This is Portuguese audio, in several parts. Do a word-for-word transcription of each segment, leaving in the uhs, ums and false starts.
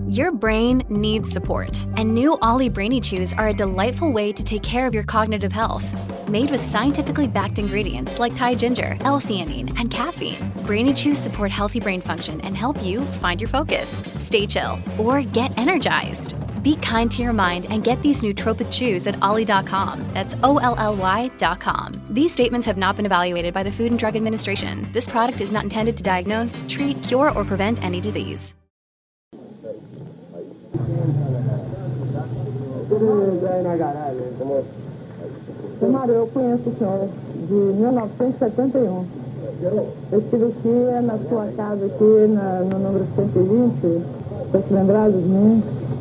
Your brain needs support, and new Ollie Brainy Chews are a delightful way to take care of your cognitive health. Made with scientifically backed ingredients like Thai ginger, L-theanine, and caffeine, Brainy Chews support healthy brain function and help you find your focus, stay chill, or get energized. Be kind to your mind and get these nootropic chews at ollie dot com. That's O L L Y dot com. These statements have not been evaluated by the Food and Drug Administration. This product is not intended to diagnose, treat, cure, or prevent any disease. Mário, eu conheço o senhor de mil novecentos e setenta e um. Eu estive aqui na sua casa, aqui na, no número cento e vinte. Está se lembrado de mim?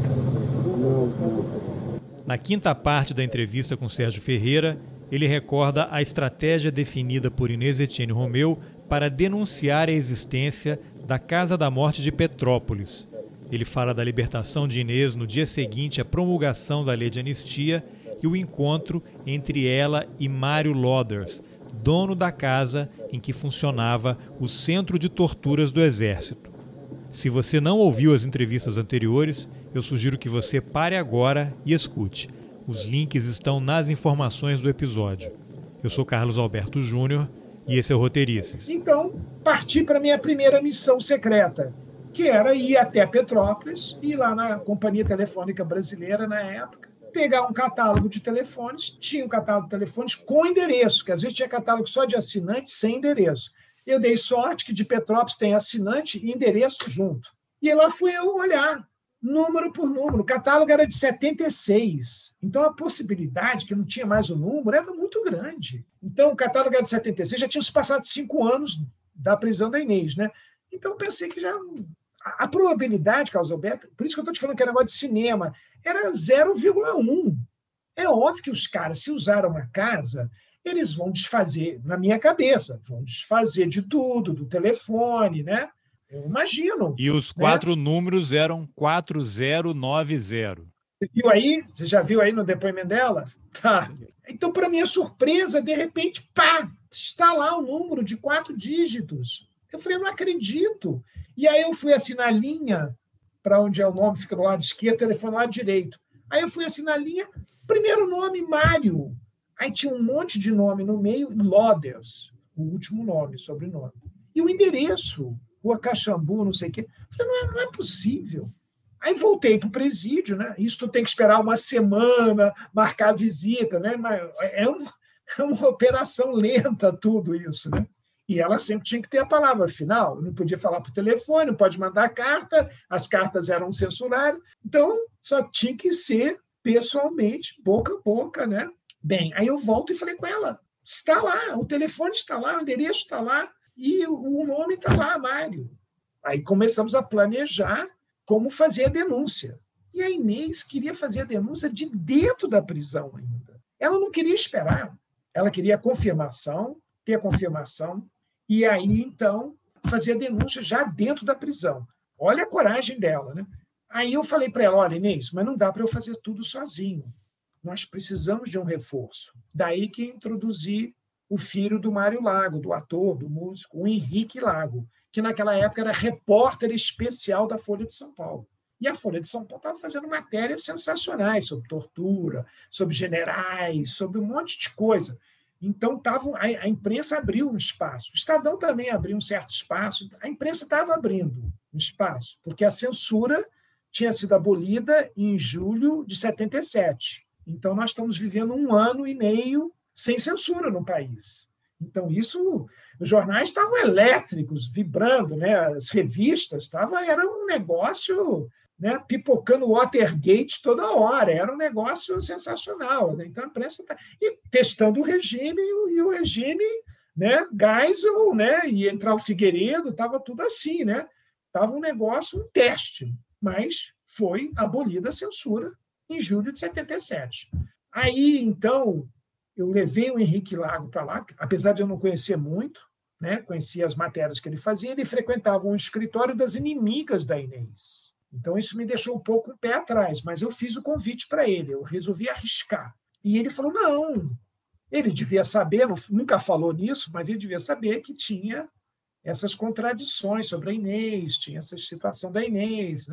Na quinta parte da entrevista com Sérgio Ferreira, ele recorda a estratégia definida por Inês Etienne Romeu para denunciar a existência da Casa da Morte de Petrópolis. Ele fala da libertação de Inês no dia seguinte à promulgação da lei de anistia e o encontro entre ela e Mário Loders, dono da casa em que funcionava o Centro de Torturas do Exército. Se você não ouviu as entrevistas anteriores, eu sugiro que você pare agora e escute. Os links estão nas informações do episódio. Eu sou Carlos Alberto Júnior e esse é o Roteirices. Então, parti para a minha primeira missão secreta, que era ir até Petrópolis, ir lá na Companhia Telefônica Brasileira na época, pegar um catálogo de telefones, tinha um catálogo de telefones com endereço, que às vezes tinha catálogo só de assinante sem endereço. Eu dei sorte que de Petrópolis tem assinante e endereço junto. E lá fui eu olhar, número por número. O catálogo era de setenta e seis. Então, a possibilidade, que não tinha mais o número, era muito grande. Então, o catálogo era de setenta e seis, já tinham se passado cinco anos da prisão da Inês, né? Então, eu pensei que já... A probabilidade, Carlos Alberto, por isso que eu estou te falando que é negócio de cinema, era zero vírgula um. É óbvio que os caras, se usaram uma casa, eles vão desfazer, na minha cabeça, vão desfazer de tudo, do telefone, né? Eu imagino. E os quatro né? números eram quatro zero nove zero. Você viu aí? Você já viu aí no depoimento dela? Tá. Então, para minha surpresa, de repente, pá, está lá o número de quatro dígitos. Eu falei, eu não acredito. E aí eu fui assim na linha, para onde é o nome, fica do lado esquerdo, o telefone do lado direito. Aí eu fui assim na linha, primeiro nome, Mário. Aí tinha um monte de nome no meio, Loders, o último nome, sobrenome. E o endereço, Rua Caxambu, não sei o quê. Eu falei, não é, não é possível. Aí voltei para o presídio, né? Isso tu tem que esperar uma semana, marcar a visita, né? É, um, é uma operação lenta tudo isso, né? E ela sempre tinha que ter a palavra final. Não podia falar por telefone, não pode mandar carta, as cartas eram censuradas. Então, só tinha que ser pessoalmente, boca a boca, né? Bem, aí eu volto e falei com ela, está lá, o telefone está lá, o endereço está lá e o nome está lá, Mário. Aí começamos a planejar como fazer a denúncia. E a Inês queria fazer a denúncia de dentro da prisão ainda. Ela não queria esperar. Ela queria a confirmação, ter a confirmação, e aí, então, fazer a denúncia já dentro da prisão. Olha a coragem dela, né? Aí eu falei para ela, olha, Inês, mas não dá para eu fazer tudo sozinho. Nós precisamos de um reforço. Daí que introduzi o filho do Mário Lago, do ator, do músico, o Henrique Lago, que naquela época era repórter especial da Folha de São Paulo. E a Folha de São Paulo estava fazendo matérias sensacionais sobre tortura, sobre generais, sobre um monte de coisa. Então, tava, a, a imprensa abriu um espaço. O Estadão também abriu um certo espaço. A imprensa estava abrindo um espaço, porque a censura tinha sido abolida em julho de setenta e sete. Então, nós estamos vivendo um ano e meio sem censura no país. Então, isso, os jornais estavam elétricos, vibrando, né? As revistas, tava, era um negócio, né? Pipocando Watergate toda hora, era um negócio sensacional. Né? Então, a imprensa tá, e testando o regime, e o regime, né? Geisel, né? E entrar o Figueiredo, estava tudo assim, né? Estava um negócio, um teste, mas foi abolida a censura em julho de setenta e sete. Aí, então, eu levei o Henrique Lago para lá, apesar de eu não conhecer muito, né? Conhecia as matérias que ele fazia, ele frequentava um escritório das inimigas da Inês. Então, isso me deixou um pouco o pé atrás, mas eu fiz o convite para ele, eu resolvi arriscar. E ele falou, não, ele devia saber, nunca falou nisso, mas ele devia saber que tinha essas contradições sobre a Inês, tinha essa situação da Inês, né?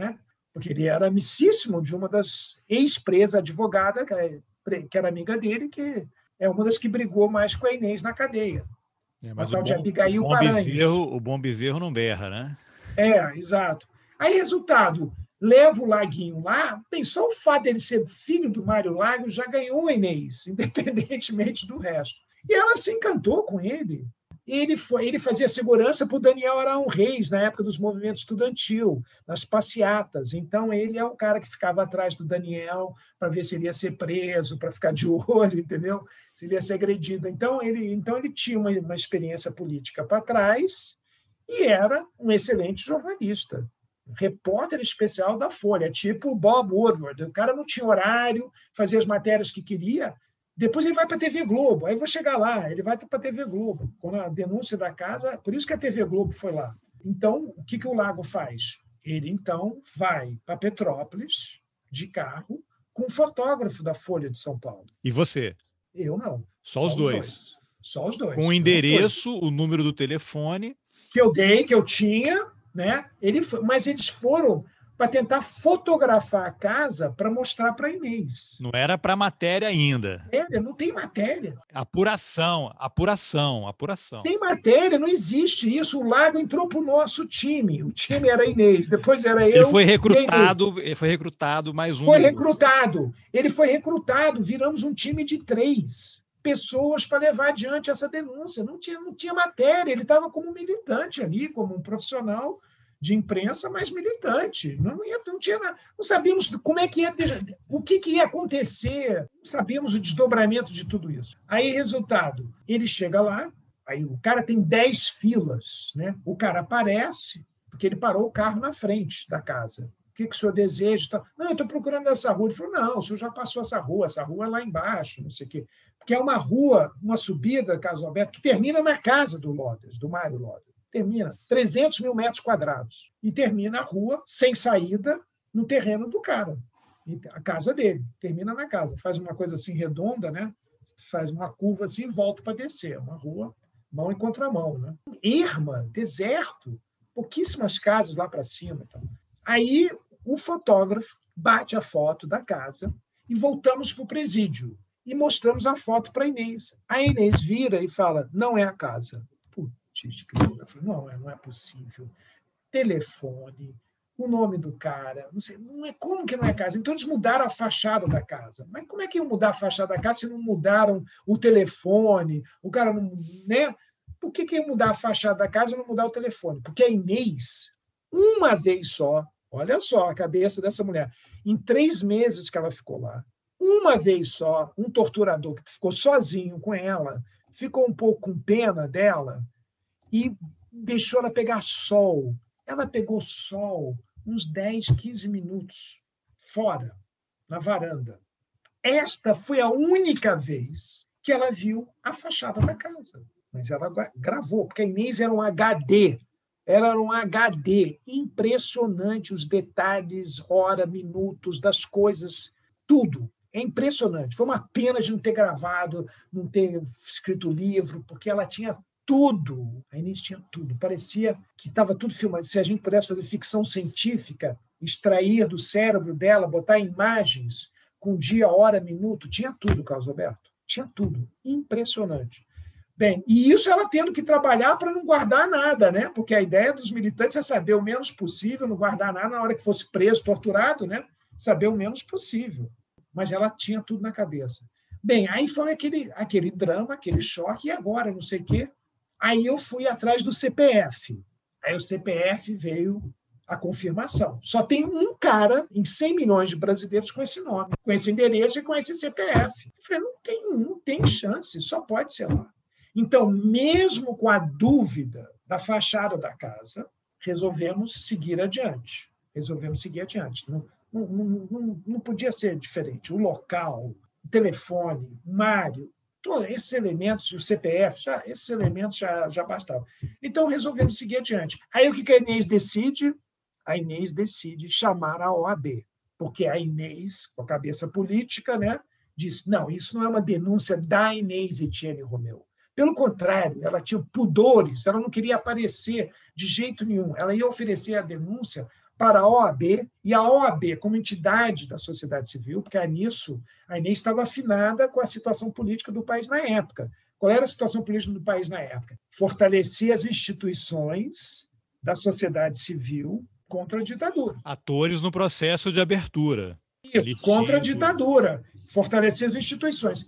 porque ele era amicíssimo de uma das ex-presas advogada, que era amiga dele, que é uma das que brigou mais com a Inês na cadeia. É, mas a tal o de bom, Abigail o, bom Paranhos. bezerro, o bom bezerro não berra, né? É, exato. Aí, resultado, leva o Laguinho lá, bem, só o fato dele ser filho do Mário Lago já ganhou a Inês, independentemente do resto. E ela se encantou com ele. Ele, foi, ele fazia segurança para o Daniel Araújo Reis, na época dos movimentos estudantil, nas passeatas. Então, ele é o cara que ficava atrás do Daniel para ver se ele ia ser preso, para ficar de olho, entendeu? Se ele ia ser agredido. Então, ele, então, ele tinha uma, uma experiência política para trás e era um excelente jornalista. Repórter especial da Folha, tipo o Bob Woodward. O cara não tinha horário, fazia as matérias que queria. Depois ele vai para a T V Globo, aí eu vou chegar lá, ele vai para a T V Globo, quando a denúncia da casa, por isso que a T V Globo foi lá. Então, o que, que o Lago faz? Ele, então, vai para Petrópolis, de carro, com um fotógrafo da Folha de São Paulo. E você? Eu não. Só, só os dois. dois. Só os dois. Com o endereço, o número do telefone. Que eu dei, que eu tinha, né? Ele foi, mas eles foram para tentar fotografar a casa para mostrar para a Inês. Não era para matéria ainda. É, não tem matéria. Apuração, apuração, apuração. Tem matéria, não existe isso. O Lago entrou para o nosso time. O time era a Inês, depois era eu. Ele foi recrutado, ele foi recrutado mais um. Foi recrutado. Ele foi recrutado. Viramos um time de três pessoas para levar adiante essa denúncia. Não tinha, não tinha matéria. Ele estava como militante ali, como um profissional de imprensa, mas militante. Não, ia, não, tinha, não sabíamos como é que ia, o que, que ia acontecer, não sabíamos o desdobramento de tudo isso. Aí, resultado, ele chega lá, aí o cara tem dez filas, né? O cara aparece, porque ele parou o carro na frente da casa. O que, que o senhor deseja? Não, eu estou procurando essa rua. Ele falou, não, o senhor já passou essa rua, essa rua é lá embaixo, não sei o quê. Porque é uma rua, uma subida, Carlos Alberto, que termina na casa do Loders, do Mário Loders. Termina trezentos mil metros quadrados e termina a rua sem saída no terreno do cara, a casa dele, termina na casa, faz uma coisa assim redonda, né? Faz uma curva assim e volta para descer, uma rua mão em contramão, né? Erma, deserto, pouquíssimas casas lá para cima. Então. Aí o fotógrafo bate a foto da casa e voltamos para o presídio e mostramos a foto para a Inês. A Inês vira e fala, não é a casa. Eu falei, não, não é possível. Telefone, o nome do cara, não sei, não é, como que não é casa? Então eles mudaram a fachada da casa. Mas como é que iam mudar a fachada da casa se não mudaram o telefone? O cara não, né? Por que, que iam mudar a fachada da casa e não mudar o telefone? Porque a Inês, uma vez só, olha só a cabeça dessa mulher, em três meses que ela ficou lá, uma vez só, um torturador que ficou sozinho com ela, ficou um pouco com pena dela, e deixou ela pegar sol. Ela pegou sol uns dez, quinze minutos fora, na varanda. Esta foi a única vez que ela viu a fachada da casa. Mas ela gravou, porque a Inês era um H D. Ela era um H D. Impressionante os detalhes, hora, minutos, das coisas, tudo. É impressionante. Foi uma pena de não ter gravado, não ter escrito livro, porque ela tinha tudo, a Inês tinha tudo, parecia que estava tudo filmado. Se a gente pudesse fazer ficção científica, extrair do cérebro dela, botar imagens com dia, hora, minuto, tinha tudo, Carlos Alberto, tinha tudo, impressionante. Bem, e isso ela tendo que trabalhar para não guardar nada, né? Porque a ideia dos militantes é saber o menos possível, não guardar nada na hora que fosse preso, torturado, né? Saber o menos possível. Mas ela tinha tudo na cabeça. Bem, aí foi aquele, aquele drama, aquele choque, e agora, não sei o quê. Aí eu fui atrás do C P F. Aí o C P F veio a confirmação. Só tem um cara em cem milhões de brasileiros com esse nome, com esse endereço e com esse C P F. Eu falei, não tem, não tem chance, só pode ser lá. Então, mesmo com a dúvida da fachada da casa, resolvemos seguir adiante. Resolvemos seguir adiante. Não, não, não, não, não podia ser diferente. O local, o telefone, o Mário, todos esses elementos, o C P F, já, esses elementos já, já bastavam. Então, resolvemos seguir adiante. Aí, o que a Inês decide? A Inês decide chamar a O A B, porque a Inês, com a cabeça política, né, disse, não, isso não é uma denúncia da Inês Etienne Romeu. Pelo contrário, ela tinha pudores, ela não queria aparecer de jeito nenhum. Ela ia oferecer a denúncia para a O A B, e a O A B como entidade da sociedade civil, porque nisso a Inês estava afinada com a situação política do país na época. Qual era a situação política do país na época? Fortalecer as instituições da sociedade civil contra a ditadura. Atores no processo de abertura. Isso, contra a ditadura. Fortalecer as instituições.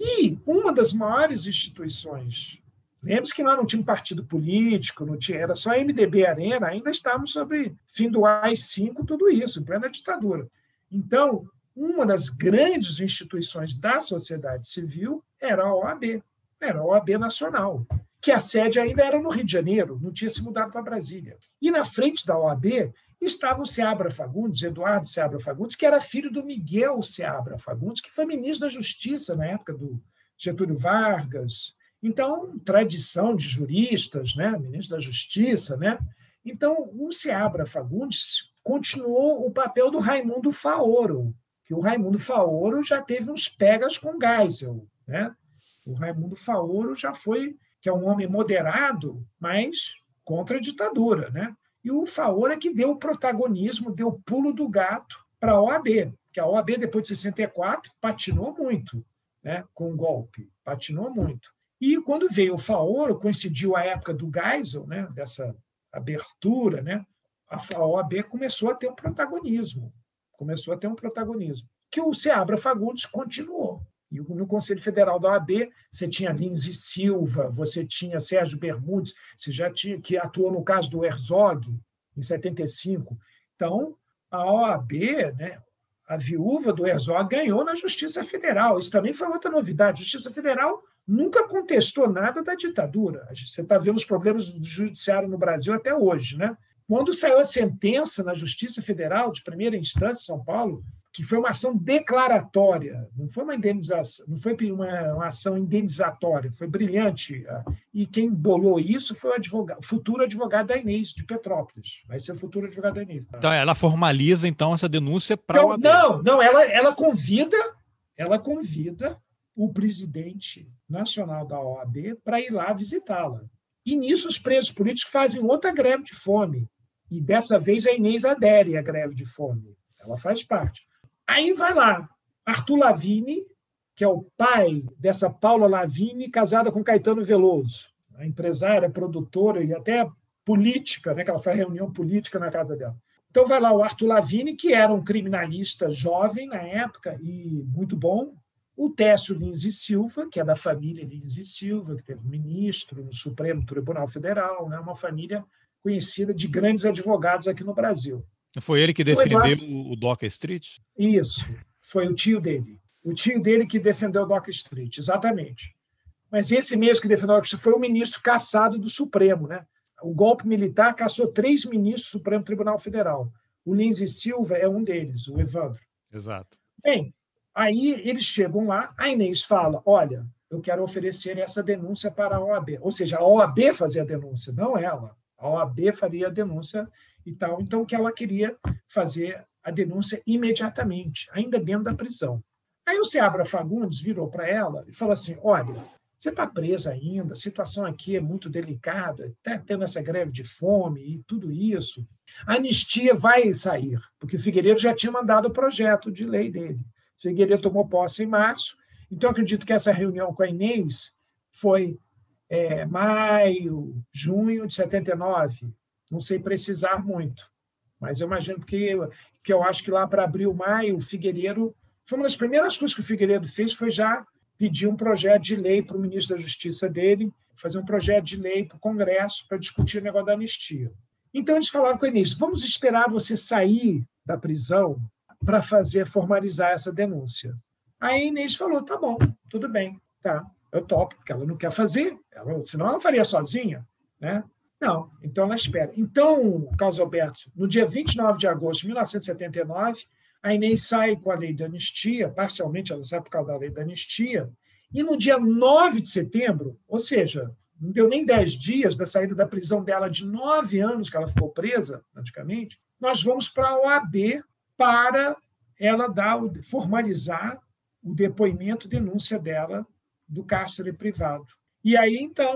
E uma das maiores instituições... Lembre-se que nós não tínhamos partido político, não tinha, era só M D B Arena, ainda estávamos sobre fim do A I cinco, tudo isso, em plena ditadura. Então, uma das grandes instituições da sociedade civil era a O A B, era a O A B Nacional, que a sede ainda era no Rio de Janeiro, não tinha se mudado para Brasília. E na frente da O A B estava o Seabra Fagundes, Eduardo Seabra Fagundes, que era filho do Miguel Seabra Fagundes, que foi ministro da Justiça na época do Getúlio Vargas. Então, tradição de juristas, né? Ministro da Justiça. Né? Então, o Seabra Fagundes continuou o papel do Raimundo Faoro, que o Raimundo Faoro já teve uns pegas com Geisel. Né? O Raimundo Faoro já foi, que é um homem moderado, mas contra a ditadura. Né? E o Faoro é que deu o protagonismo, deu o pulo do gato para a O A B, que a O A B, depois de sessenta e quatro, patinou muito, né? Com o golpe, patinou muito. E quando veio o Faoro, coincidiu a época do Geisel, né, dessa abertura, né, a O A B começou a ter um protagonismo, começou a ter um protagonismo, que o Seabra Fagundes continuou. E no Conselho Federal da O A B, você tinha Lins e Silva, você tinha Sérgio Bermudes, você já tinha, que atuou no caso do Herzog, em setenta e cinco. Então, a O A B, né, a viúva do Herzog, ganhou na Justiça Federal. Isso também foi outra novidade. A Justiça Federal nunca contestou nada da ditadura. Você está vendo os problemas do judiciário no Brasil até hoje. Né? Quando saiu a sentença na Justiça Federal, de primeira instância, em São Paulo, que foi uma ação declaratória, não foi uma indenização, não foi uma, uma ação indenizatória, foi brilhante. E quem bolou isso foi o, advogado, o futuro advogado da Inês, de Petrópolis. Vai ser o futuro advogado da Inês. Então, ela formaliza, então, essa denúncia para então, o A B. Não, não, ela, ela convida, ela convida o presidente nacional da O A B para ir lá visitá-la. E nisso os presos políticos fazem outra greve de fome. E dessa vez a Inês adere à greve de fome. Ela faz parte. Aí vai lá, Arthur Lavigne, que é o pai dessa Paula Lavigne, casada com Caetano Veloso, a empresária, produtora e até política, né, que ela faz reunião política na casa dela. Então vai lá o Arthur Lavigne, que era um criminalista jovem na época e muito bom, o Técio Lins e Silva, que é da família Lins e Silva, que teve ministro no Supremo Tribunal Federal, né, uma família conhecida de grandes advogados aqui no Brasil. Foi ele que defendeu Eduardo... o Doca Street? Isso, foi o tio dele. O tio dele que defendeu o Doca Street, exatamente. Mas esse mesmo que defendeu o Doca Street foi o ministro cassado do Supremo. Né? O golpe militar cassou três ministros do Supremo Tribunal Federal. O Lins e Silva é um deles, o Evandro. Exato. Bem, aí eles chegam lá, a Inês fala, olha, eu quero oferecer essa denúncia para a O A B. Ou seja, a O A B fazia a denúncia, não ela. A O A B faria a denúncia e tal. Então, que ela queria fazer a denúncia imediatamente, ainda dentro da prisão. Aí o Seabra Fagundes virou para ela e falou assim, olha, você está presa ainda, a situação aqui é muito delicada, está tendo essa greve de fome e tudo isso. A anistia vai sair, porque o Figueiredo já tinha mandado o projeto de lei dele. O Figueiredo tomou posse em março, então acredito que essa reunião com a Inês foi é, maio, junho de setenta e nove, não sei precisar muito, mas eu imagino que, que eu acho que lá para abril, maio, o Figueiredo, foi uma das primeiras coisas que o Figueiredo fez, foi já pedir um projeto de lei para o ministro da Justiça dele, fazer um projeto de lei para o Congresso para discutir o negócio da anistia. Então eles falaram com a Inês, vamos esperar você sair da prisão para fazer, formalizar essa denúncia. Aí a Inês falou, tá bom, tudo bem, tá, eu topo, porque ela não quer fazer, ela, senão ela faria sozinha, né? Não, então ela espera. Então, Carlos Alberto, no dia vinte e nove de agosto de mil novecentos e setenta e nove, a Inês sai com a lei da anistia, parcialmente ela sai por causa da lei da anistia, e no dia nove de setembro, ou seja, não deu nem dez dias da saída da prisão dela, de nove anos que ela ficou presa, praticamente, nós vamos para a O A B para ela dar, formalizar o depoimento, denúncia dela do cárcere privado. E aí, então,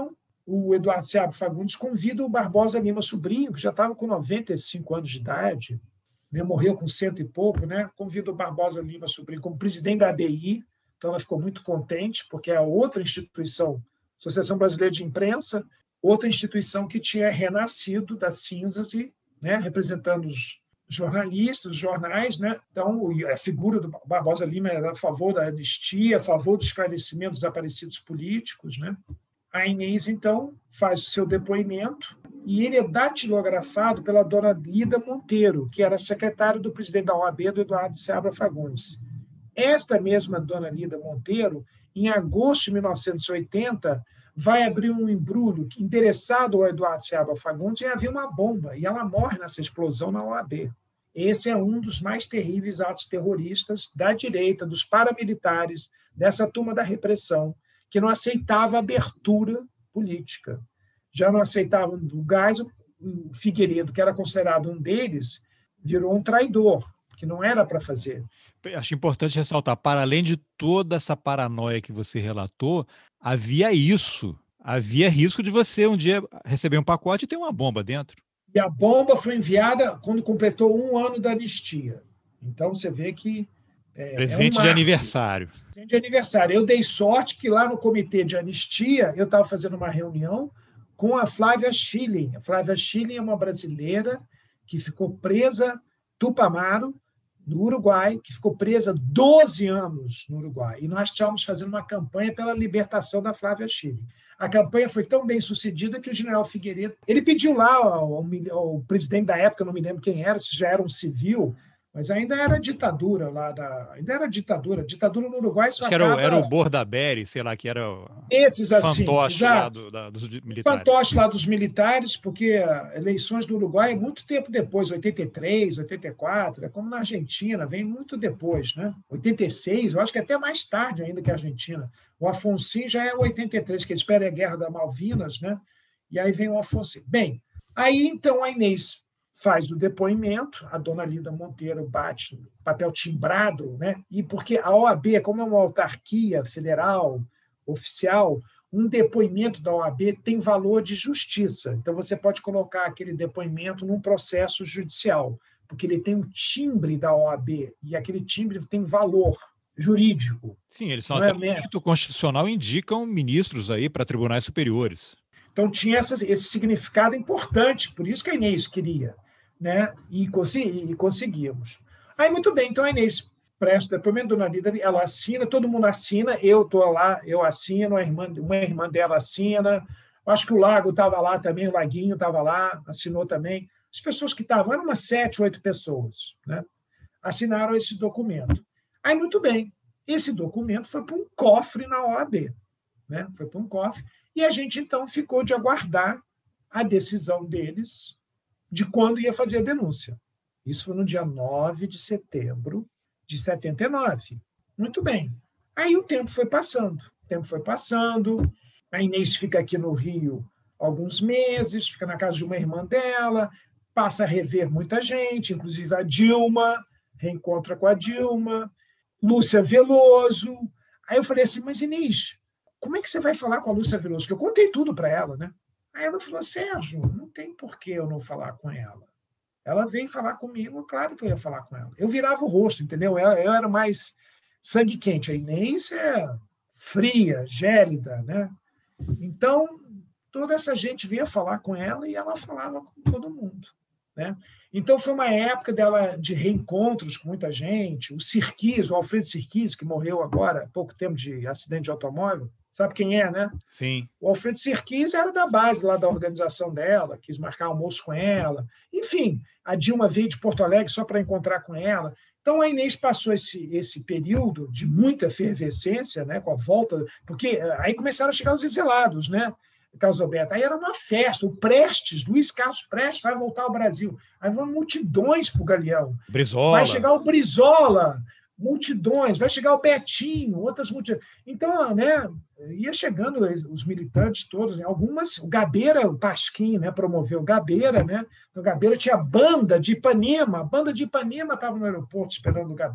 o Eduardo Seabra Fagundes convida o Barbosa Lima Sobrinho, que já estava com noventa e cinco anos de idade, né, morreu com cento e pouco, né, convida o Barbosa Lima Sobrinho como presidente da A B I, então ela ficou muito contente, porque é outra instituição, Associação Brasileira de Imprensa, outra instituição que tinha renascido das cinzas e, né, representando os jornalistas, os jornais, né? Então, a figura do Barbosa Lima era a favor da anistia, a favor do esclarecimento dos desaparecidos políticos, né? A Inês, então, faz o seu depoimento e ele é datilografado pela dona Lida Monteiro, que era secretária do presidente da O A B, do Eduardo Seabra Fagundes. Esta mesma dona Lida Monteiro, em agosto de mil novecentos e oitenta, vai abrir um embrulho interessado ao Eduardo Seabra Fagundes e havia uma bomba, e ela morre nessa explosão na O A B. Esse é um dos mais terríveis atos terroristas da direita, dos paramilitares, dessa turma da repressão, que não aceitava abertura política. Já não aceitavam o gás, o Figueiredo, que era considerado um deles, virou um traidor, que não era para fazer. Acho importante ressaltar, para além de toda essa paranoia que você relatou, havia isso, havia risco de você um dia receber um pacote e ter uma bomba dentro. E a bomba foi enviada quando completou um ano da anistia. Então, você vê que... É, presente é um de aniversário. Presente de aniversário. Eu dei sorte que lá no comitê de anistia, eu estava fazendo uma reunião com a Flávia Schilling. A Flávia Schilling é uma brasileira que ficou presa Tupamaro, no Uruguai, que ficou presa doze anos no Uruguai. E nós estávamos fazendo uma campanha pela libertação da Flávia Schilling. A campanha foi tão bem sucedida que o general Figueiredo ele pediu lá ao, ao, ao presidente da época, não me lembro quem era, se já era um civil, mas ainda era ditadura lá da. Ainda era ditadura. Ditadura no Uruguai só Acho acaba... que era, era o Bordaberry, sei lá, que era o esses assim, fantoche lá do, da, dos militares. Fantoche lá dos militares, porque eleições do Uruguai é muito tempo depois, oitenta e três, oitenta e quatro, é como na Argentina, vem muito depois, né? oitenta e seis, eu acho que é até mais tarde ainda que a Argentina. O Afonso já é oitenta e três, que eles perdem a Guerra da Malvinas, né? E aí vem o Afonso. Bem, aí então a Inês faz o depoimento, a dona Lida Monteiro bate no papel timbrado, né? E porque a O A B, como é uma autarquia federal, oficial, um depoimento da O A B tem valor de justiça. Então, você pode colocar aquele depoimento num processo judicial, porque ele tem um timbre da O A B, e aquele timbre tem valor jurídico. Sim, eles são não até é no rito constitucional, indicam ministros aí para tribunais superiores. Então, tinha essa, esse significado importante, por isso que a Inês queria, né? E, consegui, e conseguimos. Aí, muito bem, então a Inês presta o depoimento, dona Lida, ela assina, todo mundo assina, eu estou lá, eu assino, a irmã, uma irmã dela assina, acho que o Lago estava lá também, o Laguinho estava lá, assinou também. As pessoas que estavam, eram umas sete, oito pessoas, né? Assinaram esse documento. Aí, muito bem, esse documento foi para um cofre na O A B, né? Foi para um cofre, e a gente, então, ficou de aguardar a decisão deles de quando ia fazer a denúncia. Isso foi no dia nove de setembro de setenta e nove. Muito bem. Aí o tempo foi passando. O tempo foi passando. A Inês fica aqui no Rio alguns meses, fica na casa de uma irmã dela, passa a rever muita gente, inclusive a Dilma, reencontra com a Dilma, Lúcia Veloso. Aí eu falei assim, mas Inês, como é que você vai falar com a Lúcia Veloso? Porque eu contei tudo para ela, né? Aí ela falou, Sérgio, não tem por que eu não falar com ela. Ela veio falar comigo, claro que eu ia falar com ela. Eu virava o rosto, entendeu? Eu, eu era mais sangue quente. A Inês é fria, gélida, né? Então, toda essa gente vinha falar com ela e ela falava com todo mundo, né? Então, foi uma época dela de reencontros com muita gente. O Sirquis, o Alfredo Sirquis, que morreu agora, há pouco tempo de acidente de automóvel, sabe quem é, né? Sim. O Alfredo Sirquis era da base lá da organização dela, quis marcar almoço com ela. Enfim, a Dilma veio de Porto Alegre só para encontrar com ela. Então, a Inês passou esse, esse período de muita efervescência, né, com a volta, porque aí começaram a chegar os exilados, né, Carlos Alberto? Aí era uma festa, o Prestes, Luiz Carlos Prestes vai voltar ao Brasil. Aí vão multidões para o Galeão. Brizola. Vai chegar o Brizola, multidões, vai chegar o Betinho, outras multidões. Então, né, ia chegando os militantes todos, né, algumas, o Gabeira, o Pasquim, né, promoveu o Gabeira, né, então o Gabeira tinha banda de Ipanema, a banda de Ipanema estava no aeroporto esperando o Gabeira,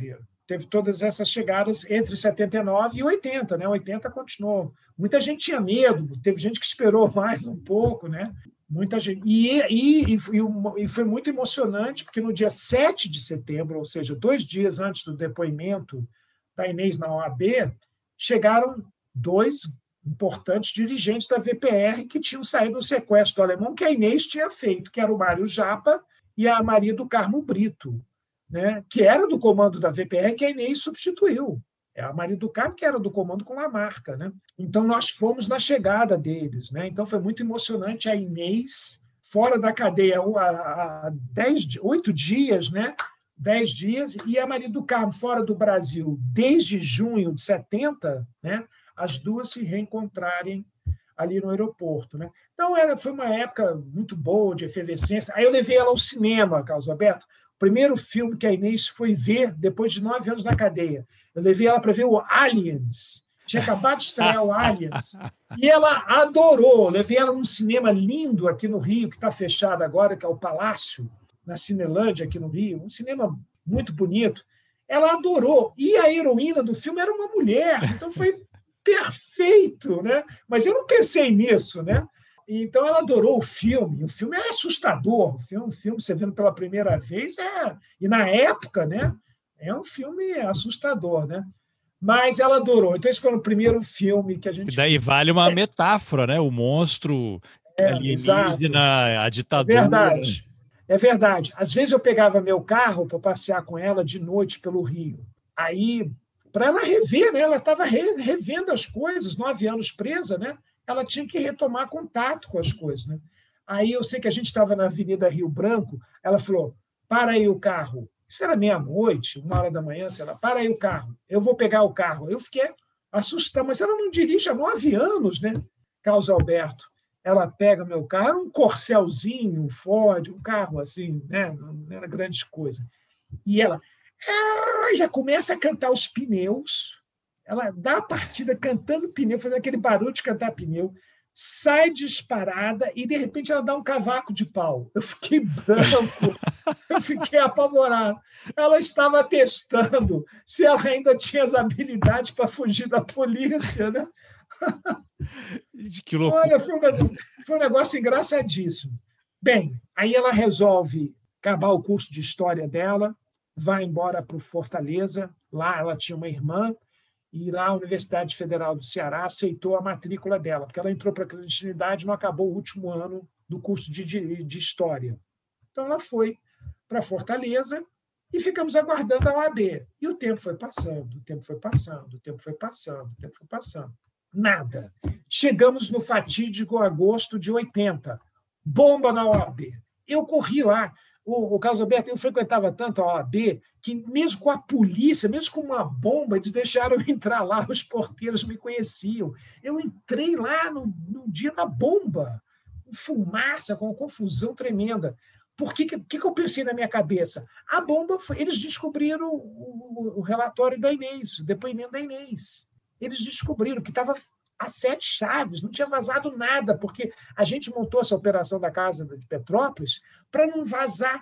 teve todas essas chegadas entre setenta e nove e oitenta, né? oitenta continuou. Muita gente tinha medo, teve gente que esperou mais um pouco, né? Muita gente. E, e, e, e foi muito emocionante, porque no dia sete de setembro, ou seja, dois dias antes do depoimento da Inês na O A B, chegaram dois importantes dirigentes da V P R que tinham saído do sequestro do alemão que a Inês tinha feito, que era o Mário Japa e a Maria do Carmo Brito, né? Que era do comando da V P R que a Inês substituiu. É a Maria do Carmo que era do comando com Lamarca, né? Então, nós fomos na chegada deles, né? Então, foi muito emocionante a Inês, fora da cadeia há dez, oito dias, né? Dez dias, e a Maria do Carmo, fora do Brasil, desde junho de setenta, né? As duas se reencontrarem ali no aeroporto, né? Então, era, foi uma época muito boa, de efervescência. Aí eu levei ela ao cinema, Carlos Alberto. O primeiro filme que a Inês foi ver depois de nove anos na cadeia. Eu levei ela para ver o Aliens. Tinha acabado de estrear o Aliens. E ela adorou. Eu levei ela num cinema lindo aqui no Rio, que está fechado agora, que é o Palácio, na Cinelândia, aqui no Rio. Um cinema muito bonito. Ela adorou. E a heroína do filme era uma mulher. Então, foi perfeito, né? Mas eu não pensei nisso, né? Então, ela adorou o filme. O filme é assustador. O filme, o filme você vendo pela primeira vez, é... e na época, né? É um filme assustador, né? Mas ela adorou. Então, esse foi o primeiro filme que a gente... E daí vale uma é. metáfora, né? O monstro é, alienígena, a ditadura... É verdade. É verdade. Às vezes eu pegava meu carro para passear com ela de noite pelo Rio. Aí, para ela rever, né? Ela estava revendo as coisas, nove anos presa, né? Ela tinha que retomar contato com as coisas, né? Aí eu sei que a gente estava na Avenida Rio Branco, ela falou, para aí o carro. Isso era meia-noite, uma hora da manhã, sei lá, para aí o carro, eu vou pegar o carro. Eu fiquei assustado, mas ela não dirige há nove anos, né? Carlos Alberto. Ela pega meu carro, era um Corcelzinho, um Ford, um carro assim, né? Não era grande coisa. E ela ah, já começa a cantar os pneus, ela dá a partida cantando pneu, fazendo aquele barulho de cantar pneu, sai disparada e, de repente, ela dá um cavaco de pau. Eu fiquei branco, eu fiquei apavorado. Ela estava testando se ela ainda tinha as habilidades para fugir da polícia, né? Que loucura. Olha, foi um, foi um negócio engraçadíssimo. Bem, aí ela resolve acabar o curso de história dela, vai embora para o Fortaleza, lá ela tinha uma irmã, e lá a Universidade Federal do Ceará aceitou a matrícula dela, porque ela entrou para a clandestinidade e não acabou o último ano do curso de, de, de História. Então, ela foi para Fortaleza e ficamos aguardando a O A B. E o tempo foi passando, o tempo foi passando, o tempo foi passando, o tempo foi passando. Nada. Chegamos no fatídico agosto de oitenta. Bomba na O A B. Eu corri lá. O, o Carlos Alberto, eu frequentava tanto a O A B que, mesmo com a polícia, mesmo com uma bomba, eles deixaram eu entrar lá, os porteiros me conheciam. Eu entrei lá no, no dia da bomba, com fumaça, com uma confusão tremenda. Por que, que, que eu pensei na minha cabeça? A bomba foi... Eles descobriram o, o, o relatório da Inês, o depoimento da Inês. Eles descobriram que estava a sete chaves, não tinha vazado nada, porque a gente montou essa operação da Casa de Petrópolis para não vazar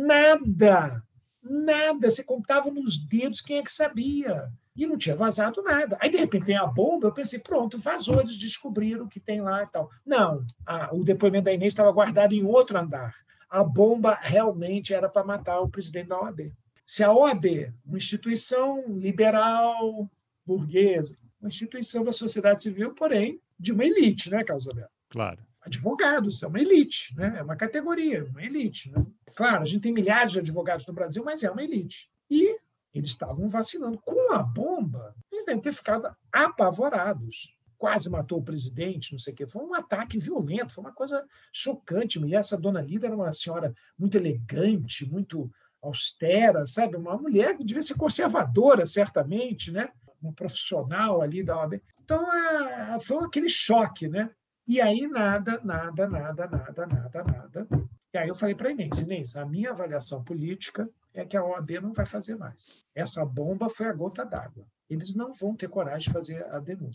nada, nada. Você contava nos dedos quem é que sabia. E não tinha vazado nada. Aí, de repente, tem a bomba, eu pensei, pronto, vazou, eles descobriram o que tem lá e tal. Não, a, o depoimento da Inês estava guardado em outro andar. A bomba realmente era para matar o presidente da O A B. Se a O A B, uma instituição liberal, burguesa, uma instituição da sociedade civil, porém, de uma elite, né, Carlos Alberto? Claro. Advogados, é uma elite, né? É uma categoria, uma elite. Né? Claro, a gente tem milhares de advogados no Brasil, mas é uma elite. E eles estavam vacilando. Com a bomba, eles devem ter ficado apavorados. Quase matou o presidente, não sei o quê. Foi um ataque violento, foi uma coisa chocante. E essa dona Lida era uma senhora muito elegante, muito austera, sabe? Uma mulher que devia ser conservadora, certamente, né? Um profissional ali da O A B. Então, é, foi aquele choque, né? E aí, nada, nada, nada, nada, nada, nada. E aí eu falei para a Inês, Inês, a minha avaliação política é que a O A B não vai fazer mais. Essa bomba foi a gota d'água. Eles não vão ter coragem de fazer a denúncia.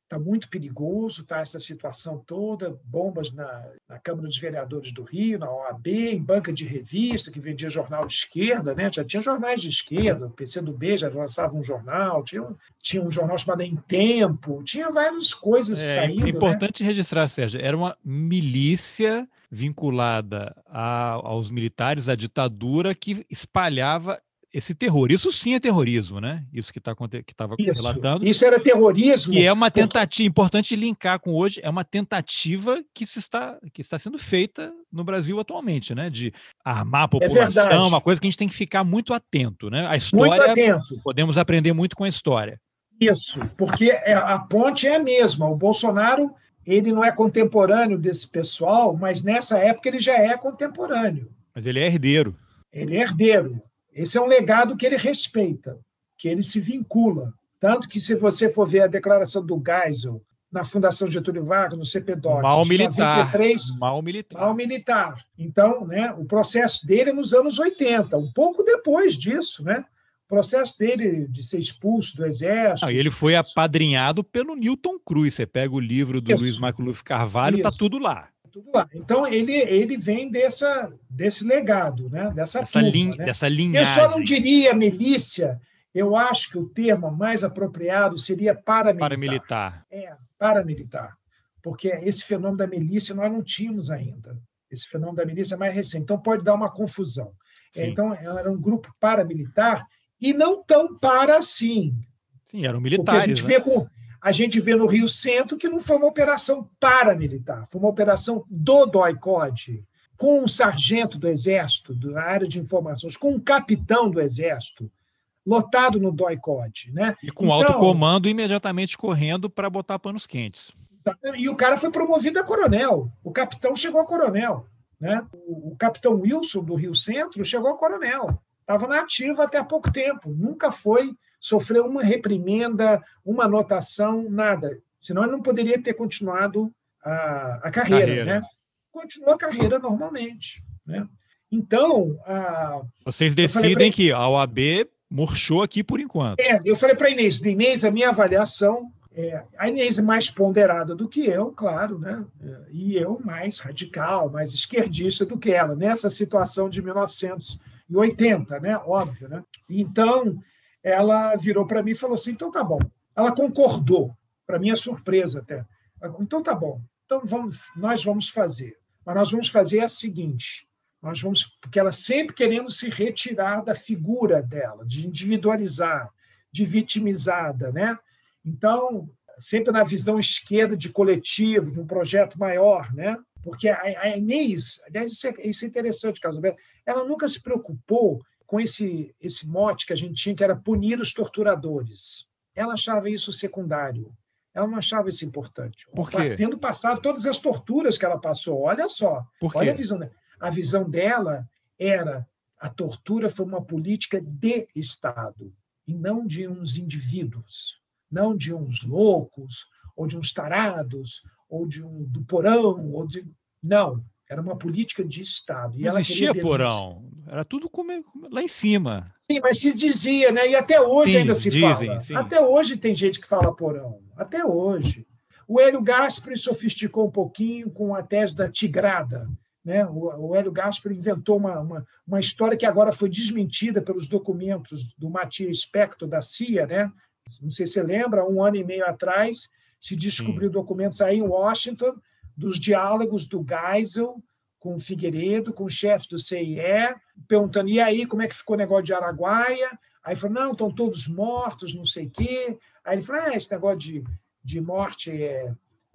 está muito perigoso, está essa situação toda, bombas na, na Câmara dos Vereadores do Rio, na O A B, em banca de revista, que vendia jornal de esquerda, né? Já tinha jornais de esquerda, o P C do B já lançava um jornal, tinha, tinha um jornal chamado Em Tempo, tinha várias coisas É saindo. É importante, né, registrar, Sérgio, era uma milícia vinculada a, aos militares, à ditadura, que espalhava esse terror. Isso sim é terrorismo, né? Isso que tá, estava relatando. Isso era terrorismo. E é uma tentativa, importante linkar com hoje, é uma tentativa que, se está, que está sendo feita no Brasil atualmente, né? De armar a população, é uma coisa que a gente tem que ficar muito atento, né? A história, muito atento. Podemos aprender muito com a história. Isso, porque a ponte é a mesma. O Bolsonaro, ele não é contemporâneo desse pessoal, mas nessa época ele já é contemporâneo. Mas ele é herdeiro. Ele é herdeiro. Esse é um legado que ele respeita, que ele se vincula. Tanto que, se você for ver a declaração do Geisel na Fundação Getúlio Vargas, no C P D O C, mal de militar. noventa e três, mal militar. Mal militar. Então, né, o processo dele é nos anos oitenta, um pouco depois disso, né? O processo dele de ser expulso do Exército. Não, ele foi apadrinhado pelo Newton Cruz. Você pega o livro do Isso. Luiz Macluf Carvalho, está tudo lá. Tudo lá. Então, ele, ele vem dessa, desse legado, né? dessa, essa, turma, lin, né? dessa linhagem. Eu só não diria milícia, eu acho que o termo mais apropriado seria paramilitar. Paramilitar. É, paramilitar. Porque esse fenômeno da milícia nós não tínhamos ainda. Esse fenômeno da milícia é mais recente. Então, pode dar uma confusão. É, então, era um grupo paramilitar e não tão para assim. Sim, eram militares. Porque a gente, né? vê com, a gente vê no Rio Centro que não foi uma operação paramilitar, foi uma operação do D O I-C O D, com um sargento do Exército, da área de informações, com um capitão do Exército, lotado no D O I-C O D. Né? E com então, alto comando imediatamente correndo para botar panos quentes. E o cara foi promovido a coronel. O capitão chegou a coronel. Né? O, o capitão Wilson, do Rio Centro, chegou a coronel. Estava na ativa até há pouco tempo. Nunca foi, sofreu uma reprimenda, uma anotação, nada. Senão ele não poderia ter continuado a, a carreira. carreira. Né? Continuou a carreira normalmente. Né? Então... A, Vocês decidem que a O A B murchou aqui por enquanto. É, eu falei para a Inês, Inês, a minha avaliação... É, a Inês é mais ponderada do que eu, claro, né? E eu mais radical, mais esquerdista do que ela, nessa situação de mil novecentos e oitenta, né? Óbvio, né? Então, ela virou para mim e falou assim, então tá bom. Ela concordou, para minha surpresa até. Então tá bom, então vamos, nós vamos fazer. Mas nós vamos fazer a seguinte, nós vamos, porque ela sempre querendo se retirar da figura dela, de individualizar, de vitimizada, né? Então, sempre na visão esquerda de coletivo, de um projeto maior, né? Porque a, a Inês, aliás, isso é, isso é interessante, Carlos Alberto, ela nunca se preocupou com esse, esse mote que a gente tinha, que era punir os torturadores. Ela achava isso secundário. Ela não achava isso importante. Por quê? Tendo passado todas as torturas que ela passou, olha só, Por quê? olha a visão dela. A visão dela era a tortura foi uma política de Estado e não de uns indivíduos. Não de uns loucos, ou de uns tarados, ou de um do porão, ou de... Não, era uma política de Estado. E não ela existia queria porão, era tudo como, lá em cima. Sim, mas se dizia, né? E até hoje sim, ainda se dizem, fala. Sim. Até hoje tem gente que fala porão. Até hoje. O Hélio Gaspari sofisticou um pouquinho com a tese da tigrada. Né? O, o Hélio Gaspari inventou uma, uma, uma história que agora foi desmentida pelos documentos do Matias Spector, da C I A, né? Não sei se você lembra, um ano e meio atrás, se descobriu Sim. documentos aí em Washington dos diálogos do Geisel com o Figueiredo, com o chefe do C I E, perguntando, e aí, como é que ficou o negócio de Araguaia? Aí falou, não, estão todos mortos, não sei o quê. Aí ele falou, ah, esse negócio de, de morte é,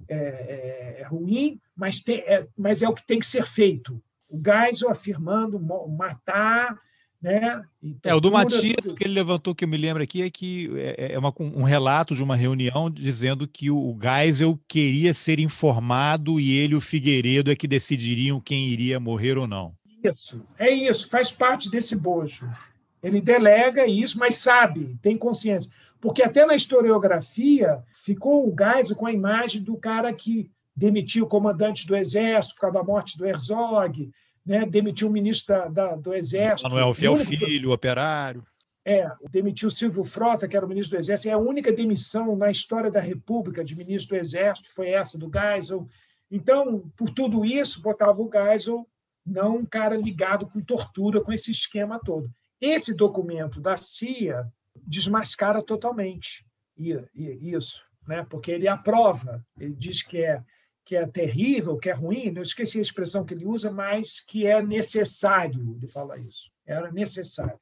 é, é ruim, mas, tem, é, mas é o que tem que ser feito. O Geisel afirmando matar... Né? É, o do Matias, o que ele levantou, que eu me lembro aqui, é que é uma, um relato de uma reunião dizendo que o Geisel queria ser informado e ele e o Figueiredo é que decidiriam quem iria morrer ou não. Isso, é isso, faz parte desse bojo. Ele delega isso, mas sabe, tem consciência. Porque até na historiografia ficou o Geisel com a imagem do cara que demitiu o comandante do Exército por causa da morte do Herzog, né, demitiu o ministro da, da, do Exército. Manuel Fiel Filho, operário. É, demitiu Silvio Frota, que era o ministro do Exército. É a única demissão na história da República de ministro do Exército, foi essa do Geisel. Então, por tudo isso, botava o Geisel, não um cara ligado com tortura, com esse esquema todo. Esse documento da C I A desmascara totalmente isso, né? Porque ele aprova, ele diz que é, que é terrível, que é ruim, eu esqueci a expressão que ele usa, mas que é necessário, ele fala isso, era necessário.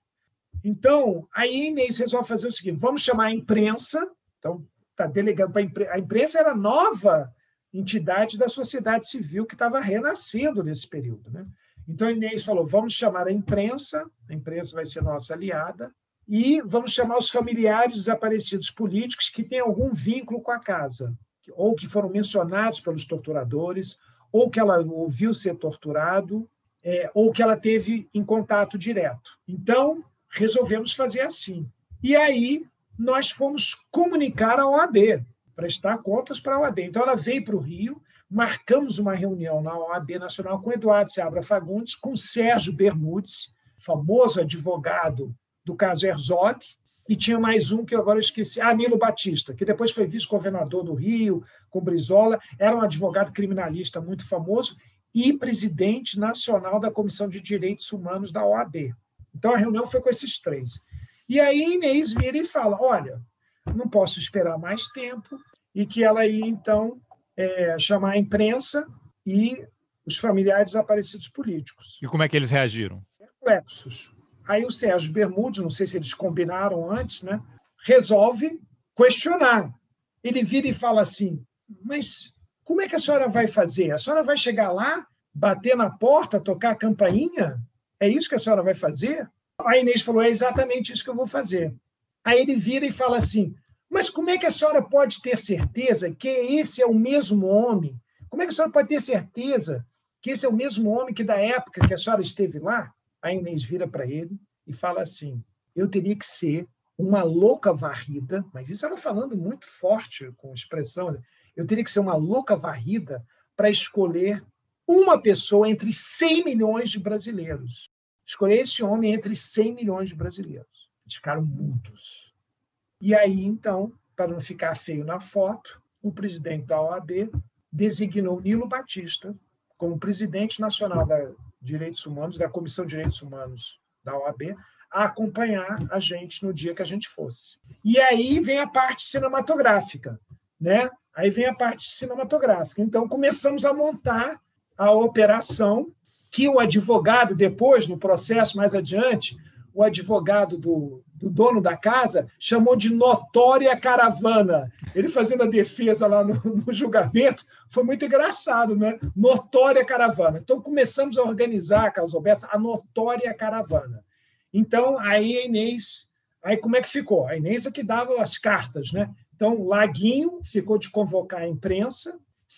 Então, aí Inês resolve fazer o seguinte, vamos chamar a imprensa, então está delegando para a imprensa, a imprensa era a nova entidade da sociedade civil que estava renascendo nesse período, né? Então, a Inês falou, vamos chamar a imprensa, a imprensa vai ser nossa aliada, e vamos chamar os familiares desaparecidos políticos que têm algum vínculo com a casa, ou que foram mencionados pelos torturadores, ou que ela ouviu ser torturado, é, ou que ela teve em contato direto. Então, resolvemos fazer assim. E aí, nós fomos comunicar à O A B, prestar contas para a O A B. Então, ela veio para o Rio, marcamos uma reunião na O A B Nacional com Eduardo Seabra Fagundes, com Sérgio Bermudes, famoso advogado do caso Herzog, e tinha mais um que eu agora esqueci, ah, Nilo Batista, que depois foi vice-governador do Rio, com Brizola, era um advogado criminalista muito famoso e presidente nacional da Comissão de Direitos Humanos da O A B. Então, a reunião foi com esses três. E aí, Inês vira e fala, olha, não posso esperar mais tempo, e que ela ia, então, é, chamar a imprensa e os familiares desaparecidos políticos. E como é que eles reagiram? Perplexos. Aí o Sérgio Bermudes, não sei se eles combinaram antes, né, resolve questionar. Ele vira e fala assim, mas como é que a senhora vai fazer? A senhora vai chegar lá, bater na porta, tocar a campainha? É isso que a senhora vai fazer? A Inês falou, é exatamente isso que eu vou fazer. Aí ele vira e fala assim, mas como é que a senhora pode ter certeza que esse é o mesmo homem? Como é que a senhora pode ter certeza que esse é o mesmo homem que da época que a senhora esteve lá? A Inês vira para ele e fala assim, eu teria que ser uma louca varrida, mas isso ela falando muito forte, com expressão, eu teria que ser uma louca varrida para escolher uma pessoa entre cem milhões de brasileiros. Escolher esse homem entre cem milhões de brasileiros. Eles ficaram mudos. E aí, então, para não ficar feio na foto, o presidente da O A B designou Nilo Batista como presidente nacional da Direitos Humanos, da Comissão de Direitos Humanos da O A B, a acompanhar a gente no dia que a gente fosse. E aí vem a parte cinematográfica, né? Aí vem a parte cinematográfica. Então, começamos a montar a operação que o advogado, depois, no processo mais adiante, o advogado do, do dono da casa chamou de notória caravana. Ele fazendo a defesa lá no, no julgamento, foi muito engraçado, né? Notória caravana. Então, começamos a organizar, Carlos Alberto, a notória caravana. Então, aí a Inês... Aí como é que ficou? A Inês é que dava as cartas, né? Então, Laguinho ficou de convocar a imprensa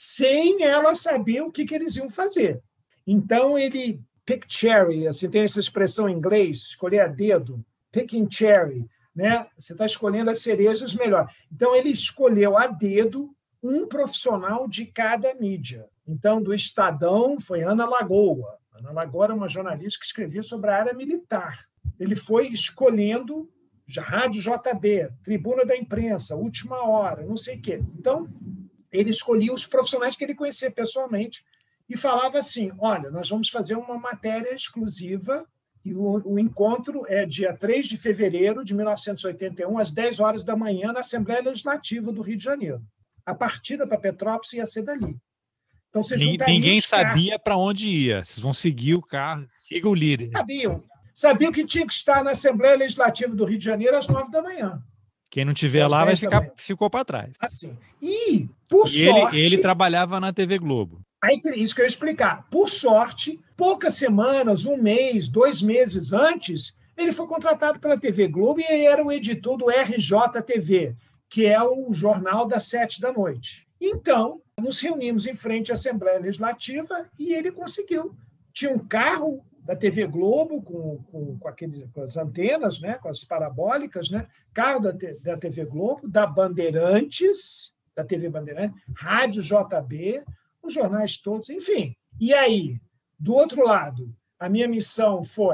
sem ela saber o que, que eles iam fazer. Então, ele... Pick cherry, assim, tem essa expressão em inglês, escolher a dedo, picking cherry, né? Você está escolhendo as cerejas melhor. Então, ele escolheu a dedo um profissional de cada mídia. Então, do Estadão foi Ana Lagoa. Ana Lagoa era uma jornalista que escrevia sobre a área militar. Ele foi escolhendo Rádio J B, Tribuna da Imprensa, Última Hora, não sei o quê. Então, ele escolhia os profissionais que ele conhecia pessoalmente e falava assim, olha, nós vamos fazer uma matéria exclusiva e o, o encontro é dia três de fevereiro de mil novecentos e oitenta e um, às dez horas da manhã, na Assembleia Legislativa do Rio de Janeiro. A partida para Petrópolis ia ser dali. Então, você Ninguém sabia para onde ia. Vocês vão seguir o carro, siga o líder. Sabiam. Sabiam que tinha que estar na Assembleia Legislativa do Rio de Janeiro às nove da manhã. Quem não estiver lá vai ficar, ficou para trás. Assim. E, por e sorte... Ele, ele trabalhava na T V Globo. Aí, isso que eu ia explicar. Por sorte, poucas semanas, um mês, dois meses antes, ele foi contratado pela T V Globo e ele era o editor do R J T V, que é o jornal das sete da noite. Então, nos reunimos em frente à Assembleia Legislativa e ele conseguiu. Tinha um carro da T V Globo com, com, com, aqueles, com as antenas, né, com as parabólicas, né, carro da, da T V Globo, da Bandeirantes, da T V Bandeirantes, Rádio J B, os jornais todos, enfim. E aí, do outro lado, a minha missão foi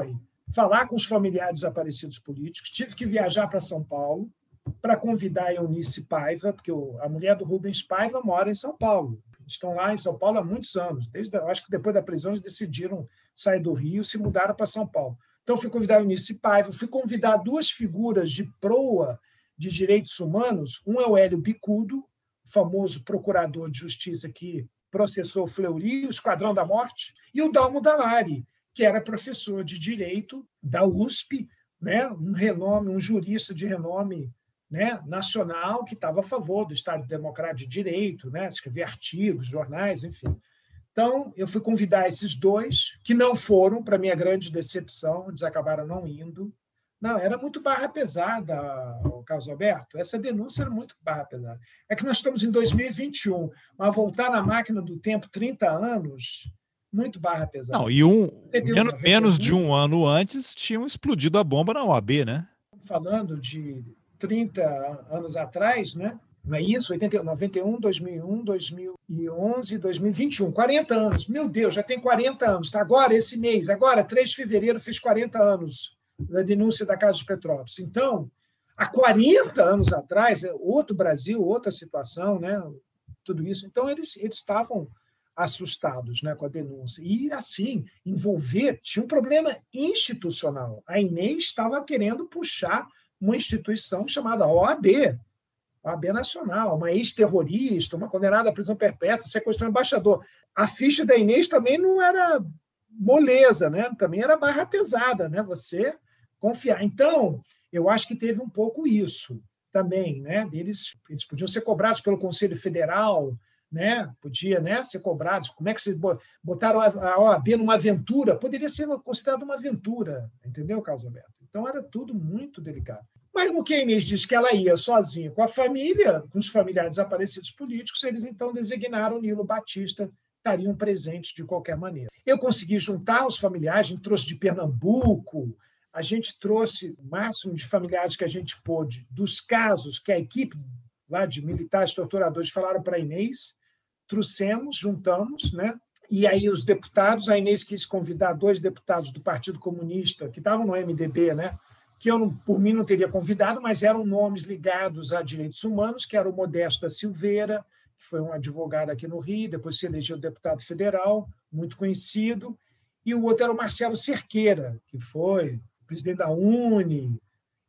falar com os familiares desaparecidos políticos, tive que viajar para São Paulo para convidar a Eunice Paiva, porque a mulher do Rubens Paiva mora em São Paulo. Estão lá em São Paulo há muitos anos. Desde, eu acho que depois da prisão eles decidiram sair do Rio e se mudaram para São Paulo. Então, fui convidar a Eunice Paiva, fui convidar duas figuras de proa de direitos humanos. Um é o Hélio Bicudo, famoso procurador de justiça que processou o Fleury, o Esquadrão da Morte, e o Dalmo Dallari, que era professor de direito da U S P, né? um renome, um jurista de renome, né? nacional, que estava a favor do Estado Democrático de Direito, né? escrevia artigos, jornais, enfim. Então, eu fui convidar esses dois, que não foram, para minha grande decepção, eles acabaram não indo. Não, era muito barra pesada, o Carlos Alberto. Essa denúncia era muito barra pesada. É que nós estamos em dois mil e vinte e um, mas voltar na máquina do tempo trinta anos, muito barra pesada. Não, e um, menos, menos de um ano antes tinham explodido a bomba na O A B, né? Falando de trinta anos atrás, né? Não é isso? oitenta, noventa e um, dois mil e um, dois mil e onze, dois mil e vinte e um. quarenta anos. Meu Deus, já tem quarenta anos. Tá? Agora, esse mês, agora, três de fevereiro, fiz quarenta anos da denúncia da Casa de Petrópolis. Então, há quarenta anos atrás, outro Brasil, outra situação, né? Tudo isso. Então, eles, eles estavam assustados, né, com a denúncia. E, assim, envolver... Tinha um problema institucional. A Inês estava querendo puxar uma instituição chamada O A B, A B Nacional, uma ex-terrorista, uma condenada à prisão perpétua, sequestrou um embaixador. A ficha da Inês também não era moleza, né? Também era barra pesada, né? Você confiar. Então, eu acho que teve um pouco isso também, né? Eles, eles podiam ser cobrados pelo Conselho Federal, né? Podia, né, ser cobrados. Como é que vocês botaram a O A B numa aventura? Poderia ser considerado uma aventura, entendeu, Carlos Alberto? Então, era tudo muito delicado. Mas o que a Inês disse que ela ia sozinha com a família, com os familiares desaparecidos políticos, eles então designaram o Nilo Batista, estariam presentes de qualquer maneira. Eu consegui juntar os familiares, a gente trouxe de Pernambuco, a gente trouxe o máximo de familiares que a gente pôde, dos casos que a equipe lá de militares torturadores falaram para a Inês, trouxemos, juntamos, né? E aí os deputados, a Inês quis convidar dois deputados do Partido Comunista, que estavam no M D B, né? que eu, não, por mim, não teria convidado, mas eram nomes ligados a direitos humanos, que era o Modesto da Silveira, que foi um advogado aqui no Rio, depois se elegeu deputado federal, muito conhecido, e o outro era o Marcelo Cerqueira, que foi presidente da Uni,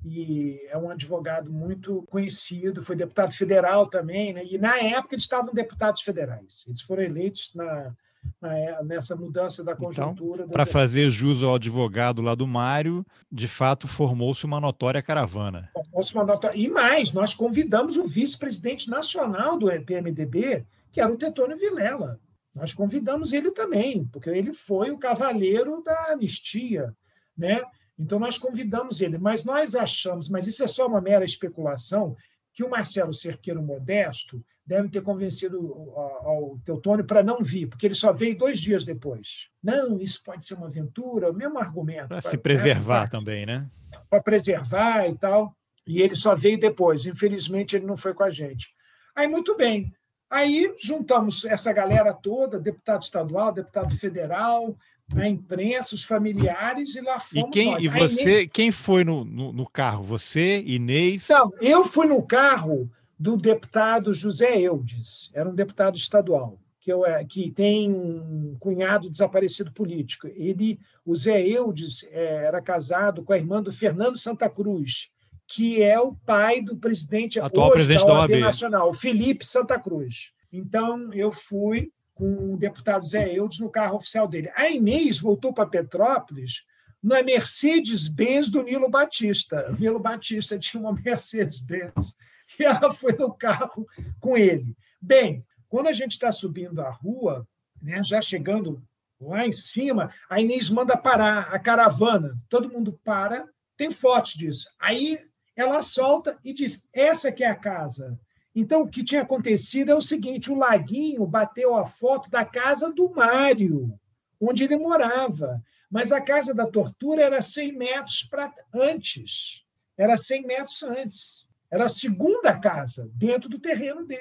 e é um advogado muito conhecido, foi deputado federal também, né? E, na época, eles estavam deputados federais. Eles foram eleitos na... nessa mudança da conjuntura. Então, para fazer jus ao advogado lá do Mário, de fato formou-se uma notória caravana. Formou-se uma notória... E mais, nós convidamos o vice-presidente nacional do P M D B, que era o Tetônio Vilela. Nós convidamos ele também, porque ele foi o cavaleiro da anistia, né? Então, nós convidamos ele, mas nós achamos, mas isso é só uma mera especulação, que o Marcelo Cerqueiro Modesto deve ter convencido ao Teotônio para não vir, porque ele só veio dois dias depois. Não, isso pode ser uma aventura, o mesmo argumento. Para se preservar, né? Também, né? Para preservar e tal. E ele só veio depois. Infelizmente, ele não foi com a gente. Aí, muito bem. Aí, juntamos essa galera toda, deputado estadual, deputado federal, a imprensa, os familiares, e lá fomos e quem, nós. E você, Inês... quem foi no, no, no carro? Você, Inês? Não, eu fui no carro do deputado José Eudes, era um deputado estadual, que, eu, que tem um cunhado desaparecido político. Ele, o Zé Eudes era casado com a irmã do Fernando Santa Cruz, que é o pai do presidente, atual hoje, presidente da da O A B Nacional, o Felipe Santa Cruz. Então, eu fui com o deputado Zé Eudes no carro oficial dele. A Inês voltou para Petrópolis na Mercedes-Benz do Nilo Batista. O Nilo Batista tinha uma Mercedes-Benz e ela foi no carro com ele. Bem, quando a gente está subindo a rua, né, já chegando lá em cima, a Inês manda parar a caravana. Todo mundo para, tem fotos disso. Aí ela solta e diz, essa aqui é a casa. Então, o que tinha acontecido é o seguinte, o Laguinho bateu a foto da casa do Mário, onde ele morava. Mas a casa da tortura era cem metros pra... antes. Era cem metros antes. Era a segunda casa, dentro do terreno dele.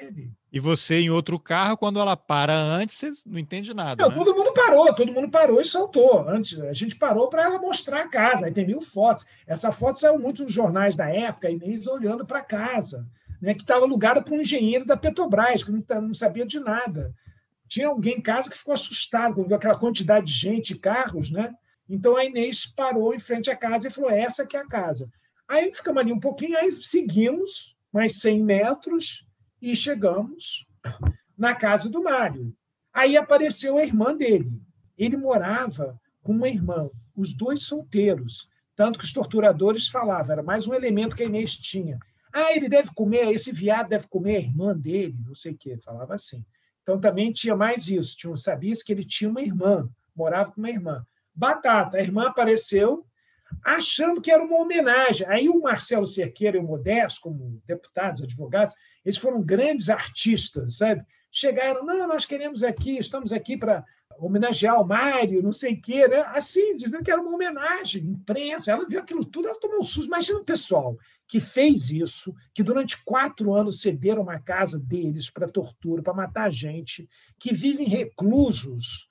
E você em outro carro, quando ela para antes, você não entende nada. Não, né? Todo mundo parou, todo mundo parou e soltou. Antes, a gente parou para ela mostrar a casa. Aí tem mil fotos. Essa foto saiu muito nos jornais da época, a Inês olhando para a casa, né, que estava alugada por um engenheiro da Petrobras, que não, não sabia de nada. Tinha alguém em casa que ficou assustado quando viu aquela quantidade de gente e carros, né? Então a Inês parou em frente à casa e falou: essa que é a casa. Aí ficamos ali um pouquinho, aí seguimos mais cem metros e chegamos na casa do Mário. Aí apareceu a irmã dele. Ele morava com uma irmã, os dois solteiros, tanto que os torturadores falavam, era mais um elemento que a Inês tinha. Ah, ele deve comer, esse viado deve comer a irmã dele, não sei o quê, falava assim. Então também tinha mais isso, tinha, sabia-se que ele tinha uma irmã, morava com uma irmã. Batata, a irmã apareceu achando que era uma homenagem. Aí o Marcelo Cerqueira e o Modesto, como deputados, advogados, eles foram grandes artistas, sabe? Chegaram, não, nós queremos aqui, estamos aqui para homenagear o Mário, não sei o quê, né? Assim, dizendo que era uma homenagem, imprensa, ela viu aquilo tudo, ela tomou um susto. Imagina o pessoal que fez isso, que durante quatro anos cederam uma casa deles para tortura, para matar gente, que vivem reclusos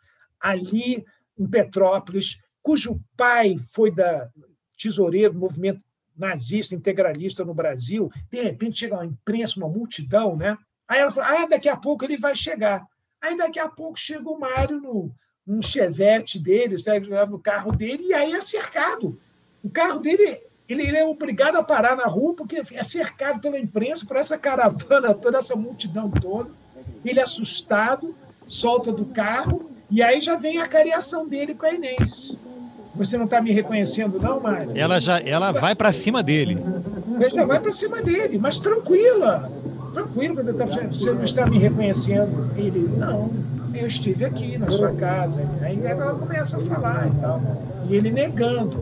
ali em Petrópolis, cujo pai foi da tesoureiro do movimento nazista, integralista no Brasil, de repente chega uma imprensa, uma multidão, né? Aí ela fala, ah, daqui a pouco ele vai chegar. Aí daqui a pouco chega o Mário no, num Chevette dele, sabe, no carro dele, e aí é cercado. O carro dele, ele, ele é obrigado a parar na rua, porque é cercado pela imprensa, por essa caravana toda, essa multidão toda. Ele assustado, solta do carro, e aí já vem a cariação dele com a Inês. Você não está me reconhecendo, não, Mário? Ela, já, ela vai para cima dele. Ela já vai para cima dele, mas tranquila. Tranquilo, você não está me reconhecendo. Ele, não, eu estive aqui na sua casa. Aí ela começa a falar e tal. E ele negando.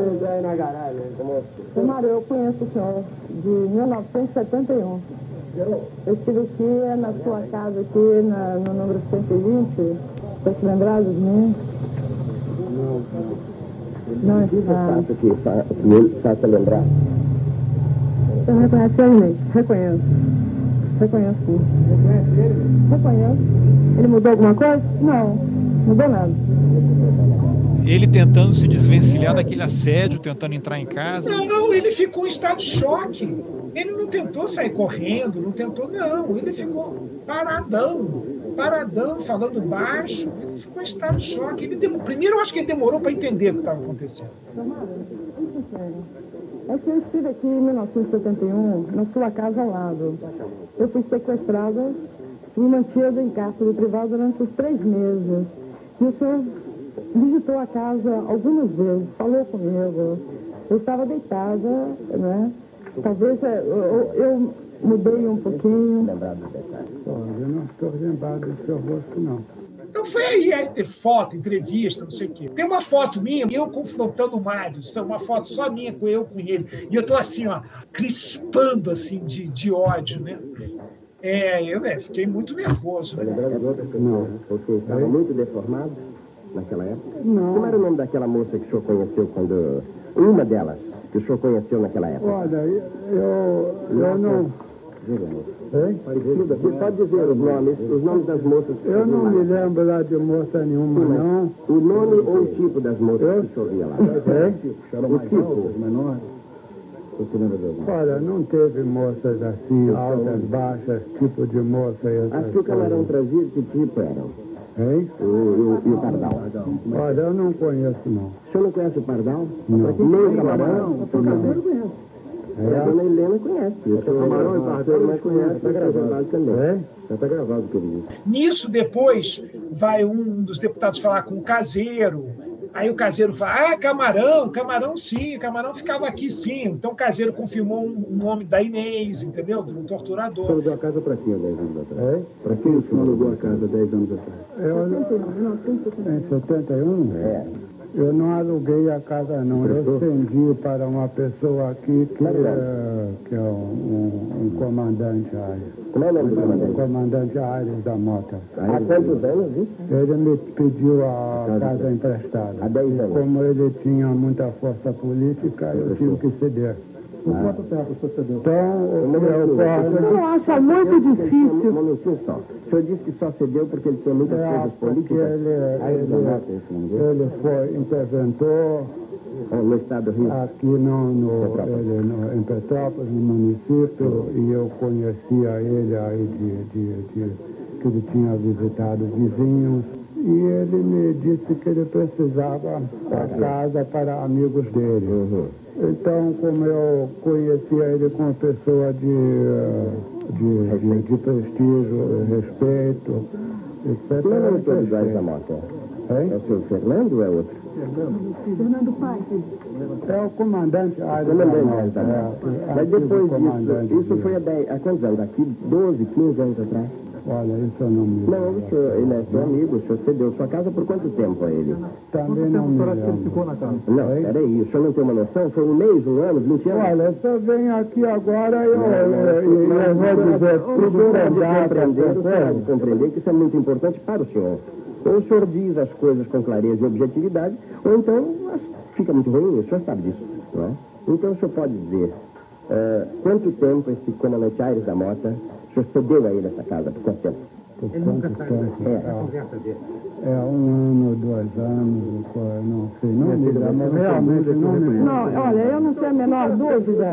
Mário, eu conheço o senhor de mil novecentos e setenta e um. Eu estive aqui na sua casa, aqui na, no número cento e vinte. Está se lembrado de mim? Não está. Ele faça lembrar. Eu reconheço a Inês, reconheço. Reconheço sim. Reconhece ele? Reconheço. Ele mudou alguma coisa? Não, mudou nada. Ele tentando se desvencilhar daquele assédio, tentando entrar em casa. Não, ele ficou em estado de choque. Ele não tentou sair correndo, não tentou, não. Ele ficou paradão, paradão, falando baixo. Ele ficou em estado de choque. Ele dem... Primeiro, eu acho que ele demorou para entender o que estava acontecendo. Isso é sério. É que eu estive aqui em mil novecentos e setenta e um, na sua casa ao lado. Eu fui sequestrada e mantida em cárcere privado durante os três meses. E o senhor visitou a casa algumas vezes, falou comigo. Eu estava deitada, né? Talvez eu, eu, eu mudei um pouquinho. Eu não estou lembrado do seu rosto, não. Então foi aí, aí ter foto, entrevista, não sei o quê. Tem uma foto minha, eu confrontando o Mário, uma foto só minha com eu, com ele. E eu estou assim, ó, crispando assim, de, de ódio, né? É, eu é, fiquei muito nervoso. Vai lembrar das outras pessoas? Você estava muito deformado naquela época? Não. Como era o nome daquela moça que o senhor conheceu quando... Uma delas que o senhor conheceu naquela época? Olha, eu, eu não... Hein? Você pode dizer os nomes, os nomes das moças que Eu não lá. me lembro lá de moça nenhuma, Sim, não. O nome ou o tipo das moças Eu? que o senhor via lá? É? O tipo. Menor? Você lembra de alguma? Olha, não teve moças assim, altas, baixas, tipo de moça e essas Acho que o camarão coisas. trazia, que tipo eram? Hein? O, o, e o pardal? Olha, eu não conheço, não. O senhor não conhece o pardal? Não. Nem o camarão? O caseiro conhece. É. A dona Helena conhece. O senhor camarão e pardal, mas conhece, está gravado também. É? Já está gravado o que ele disse. Nisso, depois, vai um dos deputados falar com o caseiro. Aí o caseiro fala, ah, Camarão, Camarão sim, Camarão ficava aqui sim. Então o caseiro confirmou o nome da Inês, entendeu? Do torturador. O senhor alugou a casa para quem há dez anos atrás? É? Para quem o senhor alugou a casa há dez anos atrás? Eu, em setenta e um? É. Eu não aluguei a casa, não. Eu cendi para uma pessoa aqui que, é, que é um, um, um comandante Aires. Como é o nome do O comandante? comandante Aires da Mota. Há quantos anos, isso? Ele me pediu a casa emprestada. Há dez anos. Como ele tinha muita força política, eu tive que ceder. Por quanto tempo o senhor cedeu? Então, eu, Eu acho muito difícil. Um momentinho só. O senhor disse que só cedeu porque ele tinha muitas é, coisas políticas? ele, ele, ele foi interventor no estado do Rio? aqui no, no, ele, no, em Petrópolis, no município, e eu conhecia ele aí de, de, de, que ele tinha visitado vizinhos, e ele me disse que ele precisava da casa para amigos dele. Uhum. Então, como eu conhecia ele como pessoa de, de, de, de prestígio, respeito, etcétera. Quem é o autor do Gás da Mota? É o senhor Fernando ou é outro? Fernando Paz. É o comandante Aires O da comandante Aires Mota. da É, Mota. é, Mas depois comandante disso, isso dele. foi há, dez, há quantos anos? Aqui doze, quinze anos atrás? Olha, isso eu não me Não, lembro. o senhor, ele é seu amigo, o senhor cedeu sua casa por quanto tempo a ele? Também não me lembro. ficou na casa? Não, peraí, o senhor não tem uma noção? Foi um mês, um ano, vinte anos? Olha, se eu venho aqui agora, eu, Não, não, eu, eu, não, eu vou dizer o tudo senhor é pode data, compreender, o senhor pode certo? compreender que isso é muito importante para o senhor. Ou o senhor diz as coisas com clareza e objetividade, ou então fica muito ruim, o senhor sabe disso, não é? Então o senhor pode dizer uh, quanto tempo esse comandante Aires da Mota, o senhor cedeu a ele essa casa, por quanto tempo? Por quanto tempo? É. É um ano, dois anos, eu não sei, não me lembro, realmente não me lembro. Não, olha, eu não tenho a menor dúvida.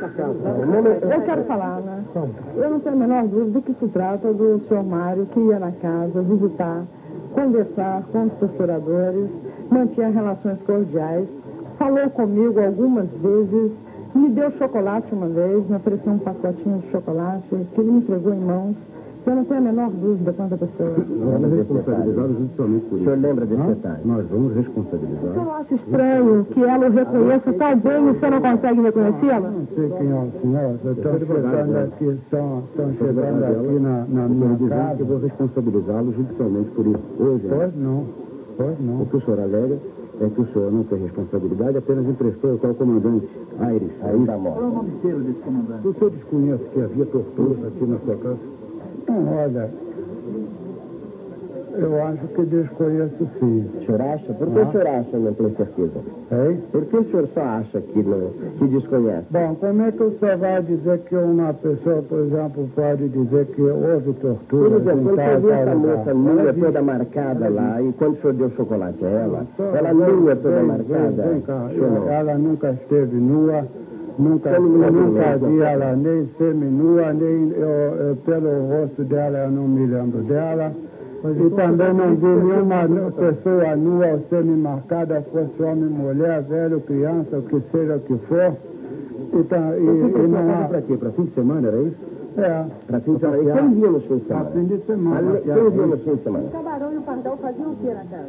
Eu quero falar, né? Eu não tenho a menor dúvida que se trata do senhor Mário, que ia na casa visitar, conversar com os procuradores, mantinha relações cordiais, falou comigo algumas vezes, me deu chocolate uma vez, me ofereceu um pacotinho de chocolate, que ele me entregou em mãos. Eu não tenho a menor dúvida quanto a pessoa. Nós vamos responsabilizar justamente por isso. O senhor lembra desse detalhe? Nós vamos responsabilizar. Eu acho estranho que ela o reconheça tão bem e você não consegue reconhecê-la? Não sei quem é o senhor, estão chegando aqui, estão, estão chegando aqui na, na minha casa. Eu vou responsabilizá-lo judicialmente por isso. Hoje, Pois não, pois não. o que o senhor alega é que o senhor não tem responsabilidade, apenas emprestou ao comandante Aires, aí da morte. Qual é o nome inteiro desse comandante? O senhor desconhece que havia torturas aqui na sua casa? Não, olha, eu acho que desconheço sim. O senhor acha? Por que Ah. o senhor acha, não tem certeza? Hein? Por que o senhor só acha que, não, que desconhece? Bom, como é que o senhor vai dizer que uma pessoa, por exemplo, pode dizer que houve tortura? Por exemplo, quando você viu essa moça Ela nua disse- toda marcada lá, e quando o senhor deu chocolate a ela, Só- ela vem- nua toda vem- marcada, vem cá, o senhor não? ela nunca esteve nua, nunca, eu Feminua, nunca né? vi ela nem seminua, nem eu, eu, pelo rosto dela eu não me lembro dela. E também não vi nenhuma pessoa nua ou semi-marcada, fosse homem, mulher, velho, criança, o que seja o que for. E, tá, e, e não há... Para quê? Para fim de semana, era isso? É, Para fim de semana. E quem via nos fins de a semana? fim de semana. Ale- Quem via nos fins de semana? O Camarão e o Pardal faziam o que na casa?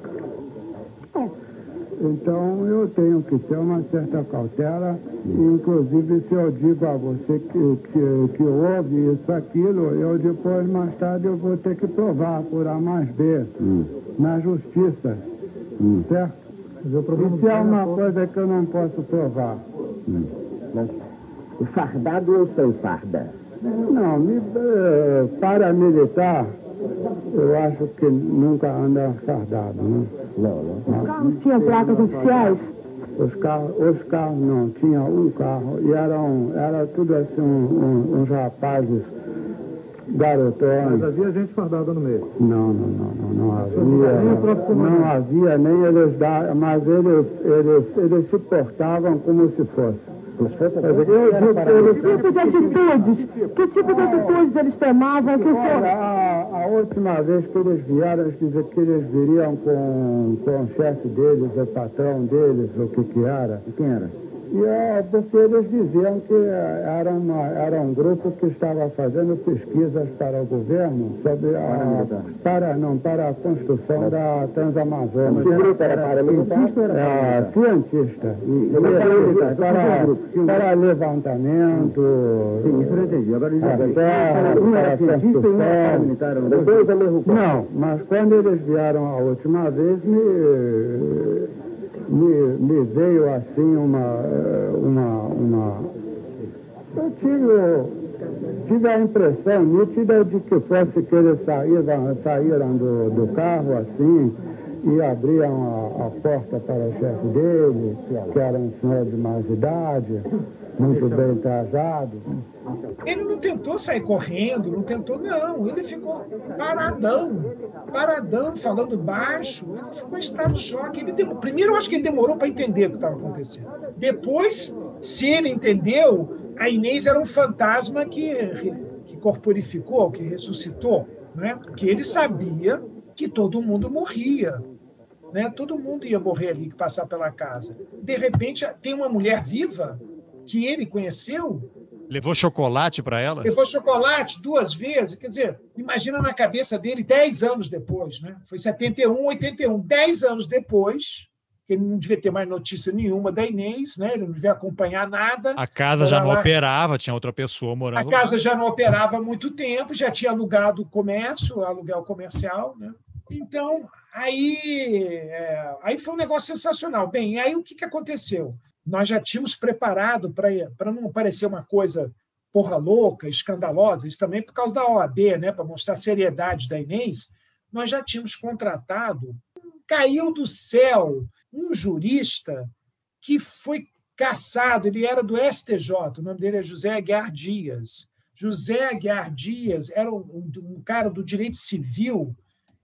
Então eu tenho que ter uma certa cautela, inclusive se eu digo a você que, que, que houve isso, aquilo, eu depois, mais tarde, eu vou ter que provar por A mais B, Hum. na justiça, Hum. certo? E se é uma coisa que eu não posso provar? Hum. Mas, o fardado ou sem farda? Não, me, eh, paramilitar, eu acho que nunca anda fardado, né? Não, não. Os carros tinham placas oficiais? Os carros, os carros não, tinha um carro e eram, era tudo assim, um, um, uns rapazes garotões. Mas havia gente fardada no meio. Não, não, não, não, não Nem o havia. próprio comandante. Não havia, nem eles da, mas eles, eles, eles se portavam como se fosse. Como se fosse Quer dizer, eu digo que Que eles- tipo de atitudes? Que tipo de atitudes eles tomavam? Que o Olha, senhor... a, a última vez que eles vieram, eles diziam que eles viriam com, com o chefe deles, o patrão deles, o que que era. Quem era? E é porque eles diziam que era, uma, era um grupo que estava fazendo pesquisas para o governo sobre a, para, não, para a construção da Transamazônica. Que grupo era? Paramilitar ou era É, paramilitar? cientista. E, E e paramilitar, para, grupo? para levantamento. Sim, isso eu entendi. Agora, já para, vi. para, Um era para cientista e um era construção. paramilitar. Eram dois dois ao mesmo tempo. Não, mas quando eles vieram a última vez, me, me, me veio assim uma, uma, uma... Eu tive, tive a impressão nítida de que fosse que eles saíram, saíram do, do carro assim e abriam a, a porta para o chefe dele, que era um senhor de mais idade, muito bem trajado. Ele não tentou sair correndo, não tentou, não. Ele ficou paradão, paradão, falando baixo. Ele ficou em estado de choque. Ele demorou, primeiro, eu acho que ele demorou para entender o que estava acontecendo. Depois, se ele entendeu, a Inês era um fantasma que, que corporificou, que ressuscitou, né? Porque ele sabia que todo mundo morria. Né? Todo mundo ia morrer ali, que passar pela casa. De repente, tem uma mulher viva que ele conheceu. Levou chocolate para ela? Levou chocolate duas vezes. Quer dizer, imagina na cabeça dele dez anos depois. Né? Foi setenta e um, oitenta e um. Dez anos depois, que ele não devia ter mais notícia nenhuma da Inês, né? Ele não devia acompanhar nada. A casa já não lá. operava, tinha outra pessoa morando A casa lá. já não operava há muito tempo, já tinha alugado o comércio, aluguel comercial. Né? Então, aí, é, aí foi um negócio sensacional. Bem, e aí o que, que aconteceu? Nós já tínhamos preparado para não parecer uma coisa porra louca, escandalosa, isso também por causa da O A B, né, para mostrar a seriedade da Inês, nós já tínhamos contratado, caiu do céu, um jurista que foi caçado, ele era do S T J, o nome dele é José Aguiar Dias. José Aguiar Dias era um, um cara do direito civil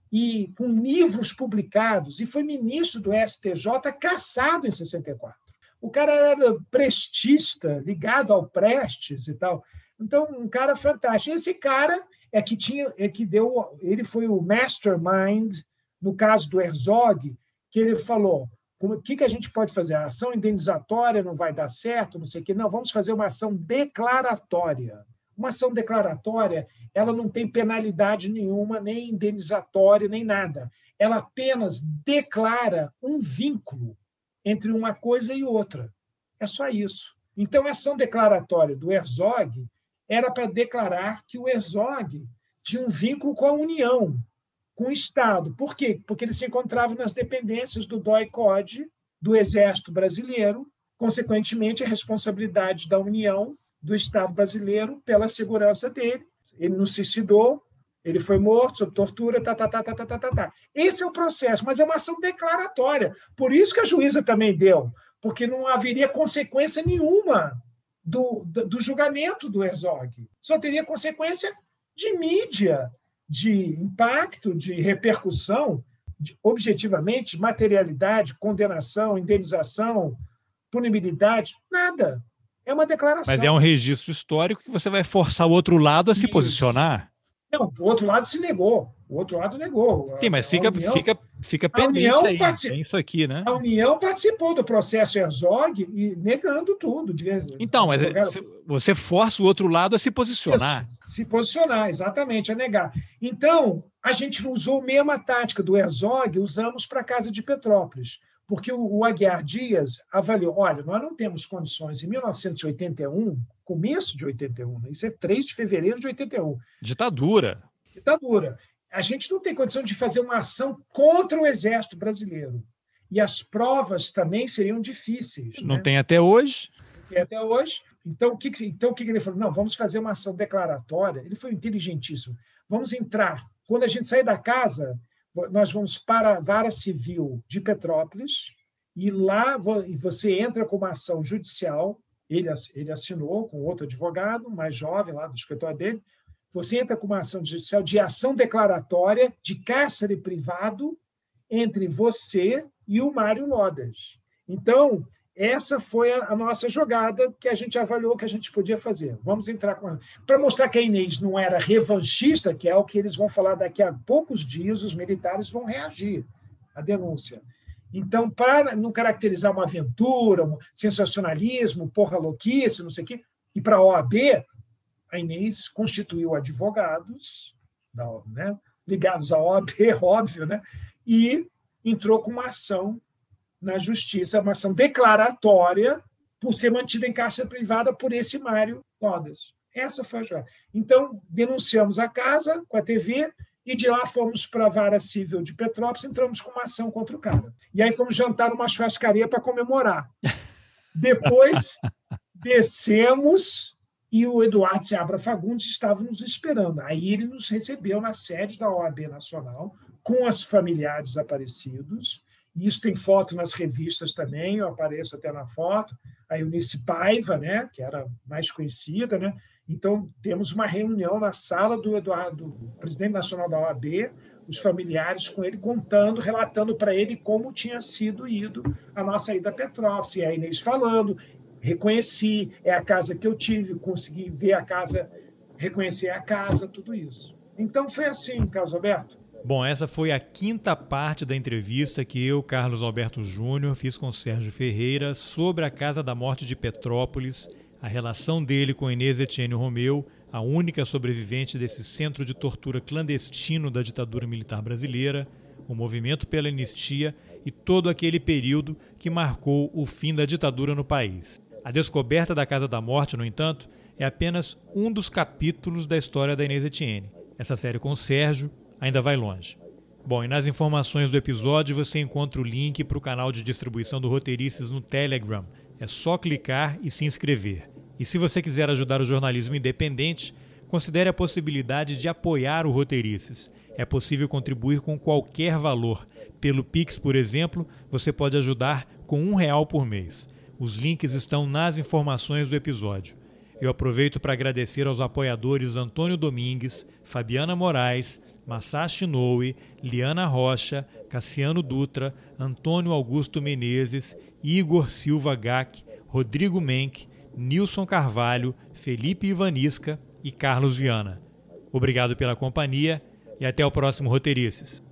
e com livros publicados, e foi ministro do S T J caçado em sessenta e quatro. O cara era prestista, ligado ao Prestes e tal. Então, um cara fantástico. Esse cara é que tinha, é que deu, ele foi o mastermind no caso do Herzog, que ele falou: o que, que a gente pode fazer? A ação indenizatória não vai dar certo, não sei o quê. Não, vamos fazer uma ação declaratória. Uma ação declaratória, ela não tem penalidade nenhuma, nem indenizatória, nem nada. Ela apenas declara um vínculo entre uma coisa e outra. É só isso. Então, a ação declaratória do Herzog era para declarar que o Herzog tinha um vínculo com a União, com o Estado. Por quê? Porque ele se encontrava nas dependências do D O I-C O D, do Exército Brasileiro, consequentemente, a responsabilidade da União, do Estado brasileiro, pela segurança dele. Ele não se suicidou, ele foi morto sob tortura, tá, tá, tá, tá, tá, tá, tá, tá. Esse é o processo, mas é uma ação declaratória. Por isso que a juíza também deu, porque não haveria consequência nenhuma do, do, do julgamento do Herzog. Só teria consequência de mídia, de impacto, de repercussão, de, objetivamente, materialidade, condenação, indenização, punibilidade, nada. É uma declaração. Mas é um registro histórico que você vai forçar o outro lado a se Isso. posicionar. Não, o outro lado se negou. O outro lado negou. Sim, mas fica, União, fica, fica pendente aí. Particip... Tem isso aqui, né? A União participou do processo Herzog e negando tudo. Então, mas você força o outro lado a se posicionar. Se posicionar, exatamente, a negar. Então, a gente usou a mesma tática do Herzog, usamos para a Casa de Petrópolis, porque o Aguiar Dias avaliou, olha, nós não temos condições, em mil novecentos e oitenta e um, começo de oitenta e um, isso é três de fevereiro de oitenta e um. Ditadura. Ditadura. A gente não tem condição de fazer uma ação contra o Exército Brasileiro. E as provas também seriam difíceis. Não né? tem até hoje. Não tem até hoje. Então, o que, então, o que ele falou? Não, vamos fazer uma ação declaratória. Ele foi inteligentíssimo. Vamos entrar. Quando a gente sair da casa, nós vamos para a Vara Civil de Petrópolis e lá você entra com uma ação judicial. Ele, ele assinou com outro advogado, mais jovem, lá do escritório dele. Você entra com uma ação judicial de ação declaratória de cárcere privado entre você e o Mário Lodas. Então, essa foi a nossa jogada que a gente avaliou que a gente podia fazer. Vamos entrar com... Para mostrar que a Inês não era revanchista, que é o que eles vão falar daqui a poucos dias, os militares vão reagir à denúncia. Então, para não caracterizar uma aventura, um sensacionalismo, porra louquice, não sei o quê, e para a O A B... a Inês constituiu advogados, né, ligados à O A B, óbvio, né, e entrou com uma ação na justiça, uma ação declaratória por ser mantida em cárcere privada por esse Mário Lodas. Essa foi a jogada. Então, denunciamos a casa com a T V e de lá fomos para a Vara Civil de Petrópolis, entramos com uma ação contra o cara. E aí fomos jantar numa churrascaria para comemorar. Depois, descemos... e o Eduardo Seabra Fagundes estava nos esperando. Aí ele nos recebeu na sede da O A B Nacional, com os familiares aparecidos. E isso tem foto nas revistas também, eu apareço até na foto. a Eunice Paiva, né, que era mais conhecida, né? Então, temos uma reunião na sala do Eduardo, do presidente nacional da O A B, os familiares com ele contando, relatando para ele como tinha sido ido a nossa ida a Petrópolis. E a Inês falando, reconheci, é a casa que eu tive, consegui ver a casa, reconhecer a casa, tudo isso. Então, foi assim, Carlos Alberto. Bom, essa foi a quinta parte da entrevista que eu, Carlos Alberto Júnior, fiz com Sérgio Ferreira sobre a Casa da Morte de Petrópolis, a relação dele com Inês Etienne Romeu, a única sobrevivente desse centro de tortura clandestino da ditadura militar brasileira, o movimento pela anistia e todo aquele período que marcou o fim da ditadura no país. A descoberta da Casa da Morte, no entanto, é apenas um dos capítulos da história da Inês Etienne. Essa série com o Sérgio ainda vai longe. Bom, e nas informações do episódio você encontra o link para o canal de distribuição do Roteirices no Telegram. É só clicar e se inscrever. E se você quiser ajudar o jornalismo independente, considere a possibilidade de apoiar o Roteirices. É possível contribuir com qualquer valor. Pelo Pix, por exemplo, você pode ajudar com um real por mês. Os links estão nas informações do episódio. Eu aproveito para agradecer aos apoiadores Antônio Domingues, Fabiana Moraes, Masashi Inoue, Liana Rocha, Cassiano Dutra, Antônio Augusto Menezes, Igor Silva Gac, Rodrigo Menck, Nilson Carvalho, Felipe Ivanisca e Carlos Viana. Obrigado pela companhia e até o próximo Roteirices.